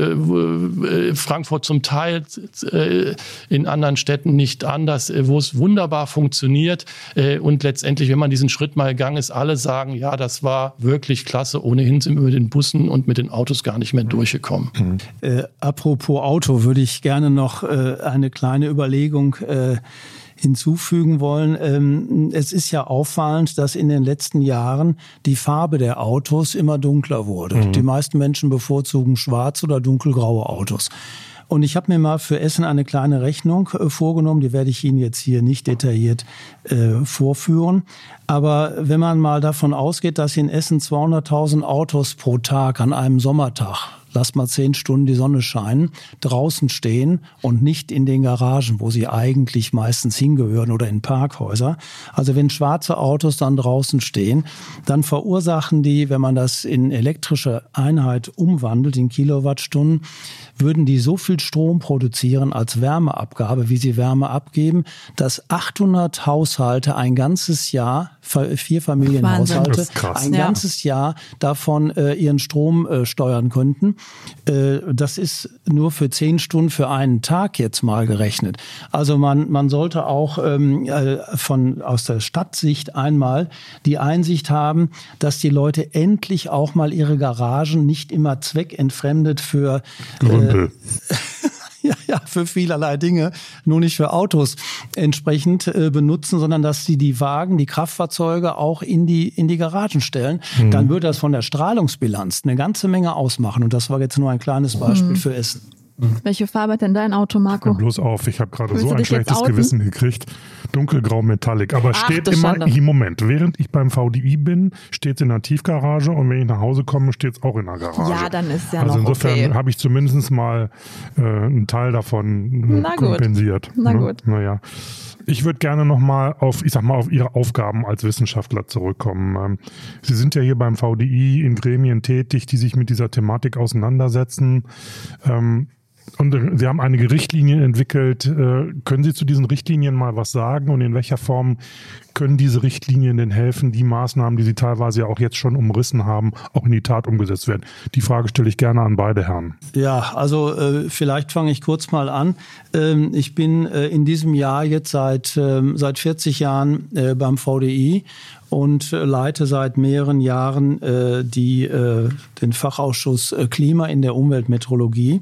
äh, Frankfurt zum Teil, äh, in anderen Städten nicht anders, wo es wunderbar funktioniert. Äh, und letztendlich, wenn man diesen Schritt mal gegangen ist, alle sagen, ja, das war wirklich klasse. Ohnehin sind wir mit den Bussen und mit den Autos gar nicht mehr durchgekommen. Mhm. Äh, apropos Auto, würde ich gerne noch äh, eine kleine Überlegung äh, hinzufügen wollen. Ähm, es ist ja auffallend, dass in den letzten Jahren die Farbe der Autos immer dunkler wurde. Mhm. Die meisten Menschen bevorzugen schwarz oder dunkelgraue Autos. Und ich habe mir mal für Essen eine kleine Rechnung äh, vorgenommen, die werde ich Ihnen jetzt hier nicht detailliert äh, vorführen. Aber wenn man mal davon ausgeht, dass in Essen zweihunderttausend Autos pro Tag an einem Sommertag, lass mal zehn Stunden die Sonne scheinen, draußen stehen und nicht in den Garagen, wo sie eigentlich meistens hingehören oder in Parkhäuser. Also wenn schwarze Autos dann draußen stehen, dann verursachen die, wenn man das in elektrische Einheit umwandelt, in Kilowattstunden, würden die so viel Strom produzieren als Wärmeabgabe, wie sie Wärme abgeben, dass achthundert Haushalte ein ganzes Jahr, vier Familienhaushalte, ein ja. ganzes Jahr davon äh, ihren Strom äh, steuern könnten. Das ist nur für zehn Stunden für einen Tag jetzt mal gerechnet. Also man, man sollte auch ähm, von, aus der Stadtsicht einmal die Einsicht haben, dass die Leute endlich auch mal ihre Garagen nicht immer zweckentfremdet für Gründel. Äh, Ja, ja, für vielerlei Dinge, nur nicht für Autos entsprechend äh, benutzen, sondern dass sie die Wagen, die Kraftfahrzeuge auch in die, in die Garagen stellen. Mhm. Dann würde das von der Strahlungsbilanz eine ganze Menge ausmachen. Und das war jetzt nur ein kleines Beispiel mhm. für Essen. Mhm. Welche Farbe hat denn dein Auto, Marco? Hör bloß auf, ich habe gerade so ein schlechtes Gewissen gekriegt. Dunkelgrau Metallic. Aber es steht immer, im Moment, während ich beim V D I bin, steht es in der Tiefgarage und wenn ich nach Hause komme, steht es auch in der Garage. Ja, dann ist ja also noch insofern okay. habe ich zumindest mal äh, einen Teil davon Na kompensiert. Gut. Na ne? gut. Naja. Ich würde gerne nochmal auf, ich sag mal, auf Ihre Aufgaben als Wissenschaftler zurückkommen. Sie sind ja hier beim V D I in Gremien tätig, die sich mit dieser Thematik auseinandersetzen. Ähm, Und Sie haben einige Richtlinien entwickelt. Können Sie zu diesen Richtlinien mal was sagen und in welcher Form können diese Richtlinien denn helfen, die Maßnahmen, die Sie teilweise ja auch jetzt schon umrissen haben, auch in die Tat umgesetzt werden? Die Frage stelle ich gerne an beide Herren. Ja, also äh, vielleicht fange ich kurz mal an. Ähm, ich bin äh, in diesem Jahr jetzt seit, äh, seit vierzig Jahren äh, beim V D I und äh, leite seit mehreren Jahren äh, die, äh, den Fachausschuss äh, Klima in der Umweltmetrologie.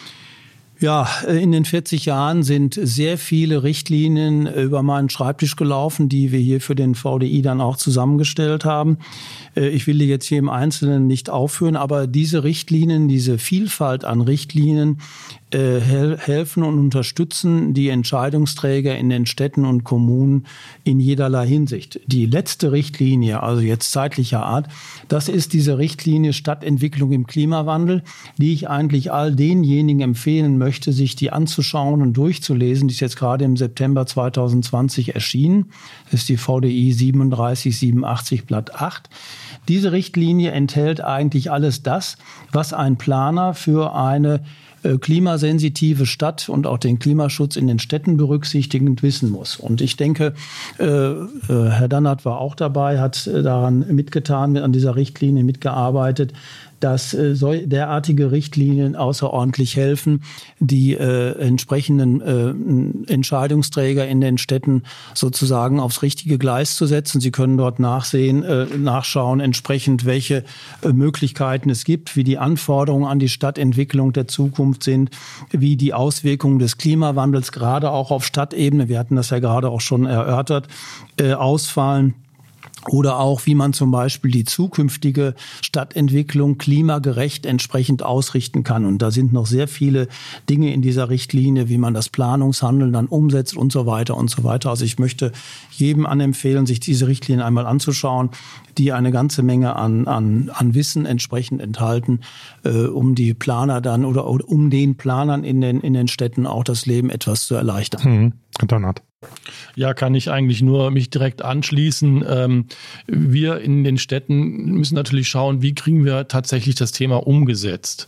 Ja, in den vierzig Jahren sind sehr viele Richtlinien über meinen Schreibtisch gelaufen, die wir hier für den V D I dann auch zusammengestellt haben. Ich will die jetzt hier im Einzelnen nicht aufführen, aber diese Richtlinien, diese Vielfalt an Richtlinien äh, helfen und unterstützen die Entscheidungsträger in den Städten und Kommunen in jederlei Hinsicht. Die letzte Richtlinie, also jetzt zeitlicher Art, das ist diese Richtlinie Stadtentwicklung im Klimawandel, die ich eigentlich all denjenigen empfehlen möchte, sich die anzuschauen und durchzulesen. Die ist jetzt gerade im September zwanzig zwanzig erschienen. Das ist die V D I siebenunddreißig siebenundachtzig Blatt acht. Diese Richtlinie enthält eigentlich alles das, was ein Planer für eine äh, klimasensitive Stadt und auch den Klimaschutz in den Städten berücksichtigend wissen muss. Und ich denke, äh, äh, Herr Dannert war auch dabei, hat äh, daran mitgetan, an dieser Richtlinie mitgearbeitet, dass äh, so derartige Richtlinien außerordentlich helfen, die äh, entsprechenden äh, Entscheidungsträger in den Städten sozusagen aufs richtige Gleis zu setzen. Sie können dort nachsehen, äh, nachschauen, entsprechend welche äh, Möglichkeiten es gibt, wie die Anforderungen an die Stadtentwicklung der Zukunft sind, wie die Auswirkungen des Klimawandels gerade auch auf Stadtebene, wir hatten das ja gerade auch schon erörtert, äh, ausfallen. Oder auch, wie man zum Beispiel die zukünftige Stadtentwicklung klimagerecht entsprechend ausrichten kann. Und da sind noch sehr viele Dinge in dieser Richtlinie, wie man das Planungshandeln dann umsetzt und so weiter und so weiter. Also ich möchte jedem anempfehlen, sich diese Richtlinien einmal anzuschauen, die eine ganze Menge an, an, an Wissen entsprechend enthalten, äh, um die Planer dann oder, oder um den Planern in den, in den Städten auch das Leben etwas zu erleichtern. Hm, Dannert. Ja, kann ich eigentlich nur mich direkt anschließen. Ähm, wir in den Städten müssen natürlich schauen, wie kriegen wir tatsächlich das Thema umgesetzt.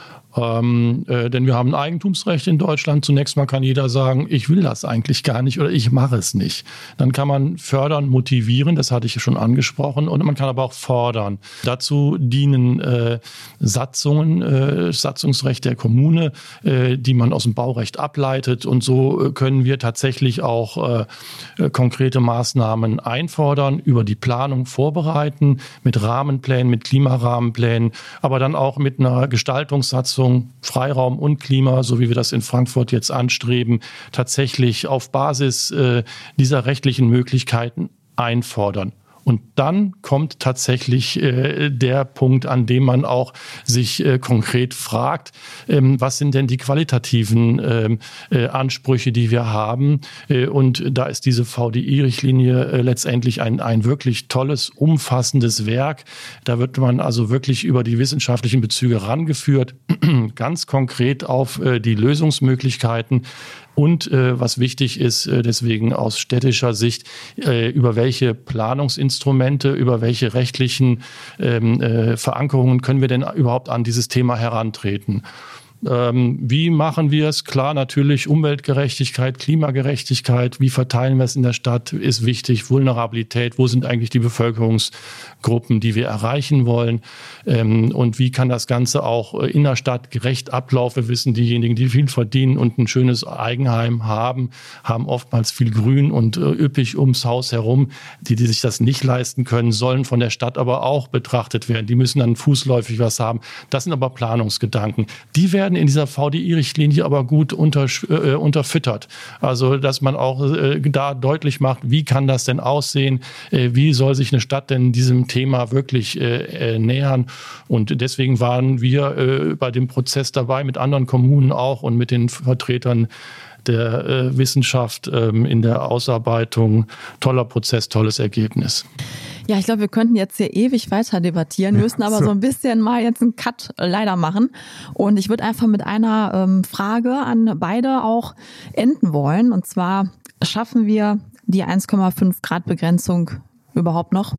Ähm, äh, denn wir haben ein Eigentumsrecht in Deutschland. Zunächst mal kann jeder sagen, ich will das eigentlich gar nicht oder ich mache es nicht. Dann kann man fördern, motivieren, das hatte ich schon angesprochen, und man kann aber auch fordern. Dazu dienen äh, Satzungen, äh, Satzungsrecht der Kommune, äh, die man aus dem Baurecht ableitet, und so äh, können wir tatsächlich auch äh, konkrete Maßnahmen einfordern, über die Planung vorbereiten, mit Rahmenplänen, mit Klimarahmenplänen, aber dann auch mit einer Gestaltungssatzung, Freiraum und Klima, so wie wir das in Frankfurt jetzt anstreben, tatsächlich auf Basis äh, dieser rechtlichen Möglichkeiten einfordern. Und dann kommt tatsächlich äh, der Punkt, an dem man auch sich äh, konkret fragt, ähm, was sind denn die qualitativen ähm, äh, Ansprüche, die wir haben. Äh, und da ist diese V D I-Richtlinie äh, letztendlich ein, ein wirklich tolles, umfassendes Werk. Da wird man also wirklich über die wissenschaftlichen Bezüge rangeführt, ganz konkret auf äh, die Lösungsmöglichkeiten. Und äh, was wichtig ist, äh, deswegen aus städtischer Sicht, äh, über welche Planungsinstrumente, über welche rechtlichen ähm, äh, Verankerungen können wir denn überhaupt an dieses Thema herantreten. Ähm, wie machen wir es? Klar, natürlich Umweltgerechtigkeit, Klimagerechtigkeit. Wie verteilen wir es in der Stadt? Ist wichtig. Vulnerabilität. Wo sind eigentlich die Bevölkerungsgruppen, die wir erreichen wollen? Ähm, und wie kann das Ganze auch in der Stadt gerecht ablaufen? Wir wissen, diejenigen, die viel verdienen und ein schönes Eigenheim haben, haben oftmals viel Grün und äh, üppig ums Haus herum. Die, die sich das nicht leisten können, sollen von der Stadt aber auch betrachtet werden. Die müssen dann fußläufig was haben. Das sind aber Planungsgedanken. Die werden in dieser V D I-Richtlinie aber gut unter, äh, unterfüttert. Also, dass man auch äh, da deutlich macht, wie kann das denn aussehen? Äh, wie soll sich eine Stadt denn diesem Thema wirklich äh, äh, nähern? Und deswegen waren wir äh, bei dem Prozess dabei, mit anderen Kommunen auch und mit den Vertretern der äh, Wissenschaft ähm, in der Ausarbeitung. Toller Prozess, tolles Ergebnis. Ja, ich glaube, wir könnten jetzt hier ewig weiter debattieren, müssen aber so ein bisschen mal jetzt einen Cut leider machen. Und ich würde einfach mit einer ähm, Frage an beide auch enden wollen. Und zwar, schaffen wir die eins Komma fünf Grad Begrenzung überhaupt noch?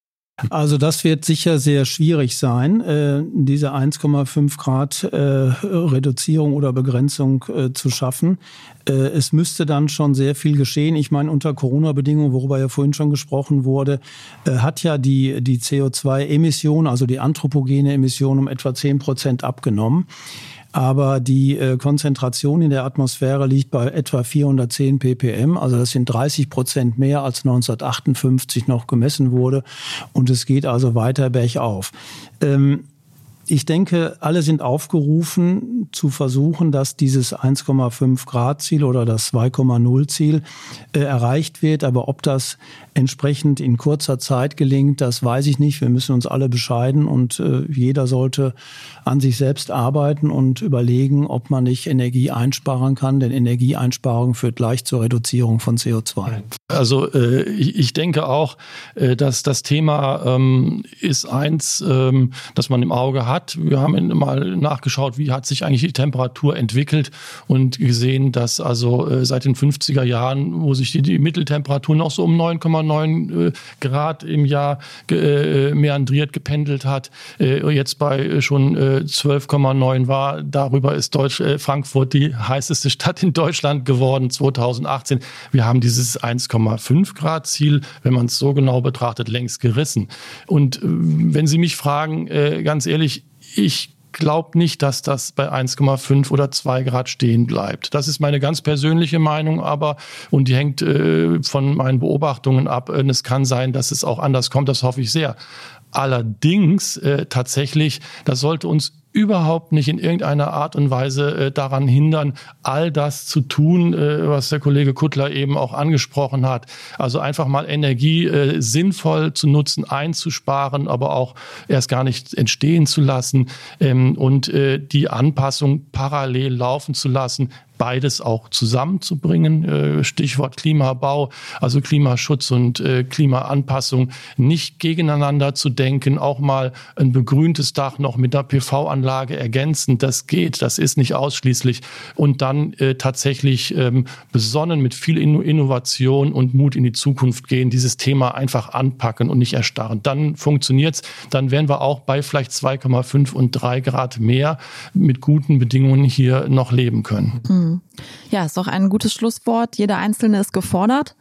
Also das wird sicher sehr schwierig sein, äh, diese eins Komma fünf Grad äh, Reduzierung oder Begrenzung äh, zu schaffen. Äh, es müsste dann schon sehr viel geschehen. Ich meine, unter Corona-Bedingungen, worüber ja vorhin schon gesprochen wurde, äh, hat ja die, die C O zwei Emission, also die anthropogene Emission, um etwa zehn Prozent abgenommen. Aber die äh, Konzentration in der Atmosphäre liegt bei etwa vierhundertzehn ppm. Also das sind dreißig Prozent mehr als neunzehnhundertachtundfünfzig noch gemessen wurde. Und es geht also weiter bergauf. Ähm, Ich denke, alle sind aufgerufen zu versuchen, dass dieses eins Komma fünf Grad Ziel oder das zwei Komma null Ziel äh, erreicht wird. Aber ob das entsprechend in kurzer Zeit gelingt, das weiß ich nicht. Wir müssen uns alle bescheiden und äh, jeder sollte an sich selbst arbeiten und überlegen, ob man nicht Energie einsparen kann. Denn Energieeinsparung führt gleich zur Reduzierung von C O zwei. Also äh, ich, ich denke auch, äh, dass das Thema ähm, ist eins, ähm, das man im Auge hat. Wir haben mal nachgeschaut, wie hat sich eigentlich die Temperatur entwickelt und gesehen, dass also äh, seit den fünfziger Jahren, wo sich die, die Mitteltemperatur noch so um neun Komma neun äh, Grad im Jahr äh, meandriert, gependelt hat, äh, jetzt bei äh, schon äh, zwölf Komma neun war. Darüber ist Deutsch, äh, Frankfurt die heißeste Stadt in Deutschland geworden zweitausendachtzehn. Wir haben dieses eins Komma fünf Grad Ziel, wenn man es so genau betrachtet, längst gerissen. Und äh, wenn Sie mich fragen, äh, ganz ehrlich, ich glaube nicht, dass das bei eins Komma fünf oder zwei Grad stehen bleibt. Das ist meine ganz persönliche Meinung, aber und die hängt äh, von meinen Beobachtungen ab. Und es kann sein, dass es auch anders kommt, das hoffe ich sehr. Allerdings äh, tatsächlich, das sollte uns überhaupt nicht in irgendeiner Art und Weise äh, daran hindern, all das zu tun, äh, was der Kollege Kuttler eben auch angesprochen hat. Also einfach mal Energie äh, sinnvoll zu nutzen, einzusparen, aber auch erst gar nicht entstehen zu lassen ähm, und äh, die Anpassung parallel laufen zu lassen, beides auch zusammenzubringen. Stichwort Klimabau, also Klimaschutz und Klimaanpassung, nicht gegeneinander zu denken, auch mal ein begrüntes Dach noch mit einer P V-Anlage ergänzen. Das geht, das ist nicht ausschließlich. Und dann äh, tatsächlich ähm, besonnen mit viel Innovation und Mut in die Zukunft gehen, dieses Thema einfach anpacken und nicht erstarren. Dann funktioniert's. Dann wären wir auch bei vielleicht zwei Komma fünf und drei Grad mehr mit guten Bedingungen hier noch leben können. Mhm. Ja, ist doch ein gutes Schlusswort. Jeder Einzelne ist gefordert.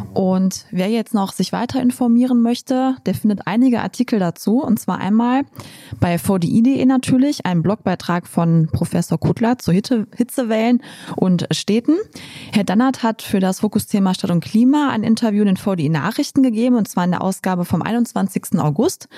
Und wer jetzt noch sich weiter informieren möchte, der findet einige Artikel dazu. Und zwar einmal bei V D I punkt de natürlich, ein Blogbeitrag von Professor Kuttler zu Hitze, Hitzewellen und Städten. Herr Dannert hat für das Fokusthema Stadt und Klima ein Interview in den V D I Nachrichten gegeben, und zwar in der Ausgabe vom einundzwanzigsten August.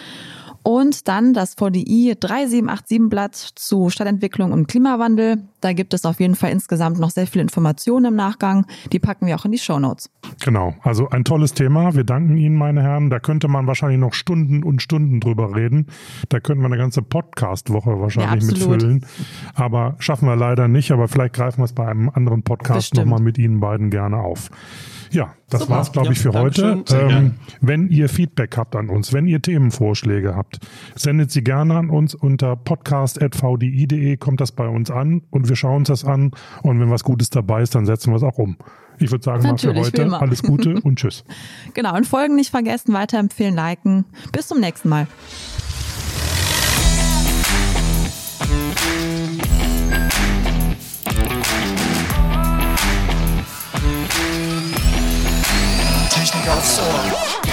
Und dann das V D I drei sieben acht sieben Blatt zu Stadtentwicklung und Klimawandel. Da gibt es auf jeden Fall insgesamt noch sehr viele Informationen im Nachgang. Die packen wir auch in die Shownotes. Genau, also ein tolles Thema. Wir danken Ihnen, meine Herren. Da könnte man wahrscheinlich noch Stunden und Stunden drüber reden. Da könnten wir eine ganze Podcast-Woche wahrscheinlich ja, mitfüllen. Aber schaffen wir leider nicht. Aber vielleicht greifen wir es bei einem anderen Podcast nochmal mit Ihnen beiden gerne auf. Ja, das Super. war's, glaube ich, für ja, heute. Ähm, wenn ihr Feedback habt an uns, wenn ihr Themenvorschläge habt, sendet sie gerne an uns unter podcast at v d i punkt de, kommt das bei uns an und wir schauen uns das an, und wenn was Gutes dabei ist, dann setzen wir es auch um. Ich würde sagen, Natürlich, mal für heute alles Gute und tschüss. Genau, und Folgen nicht vergessen, weiterempfehlen, liken. Bis zum nächsten Mal. Technik aufs Ohr.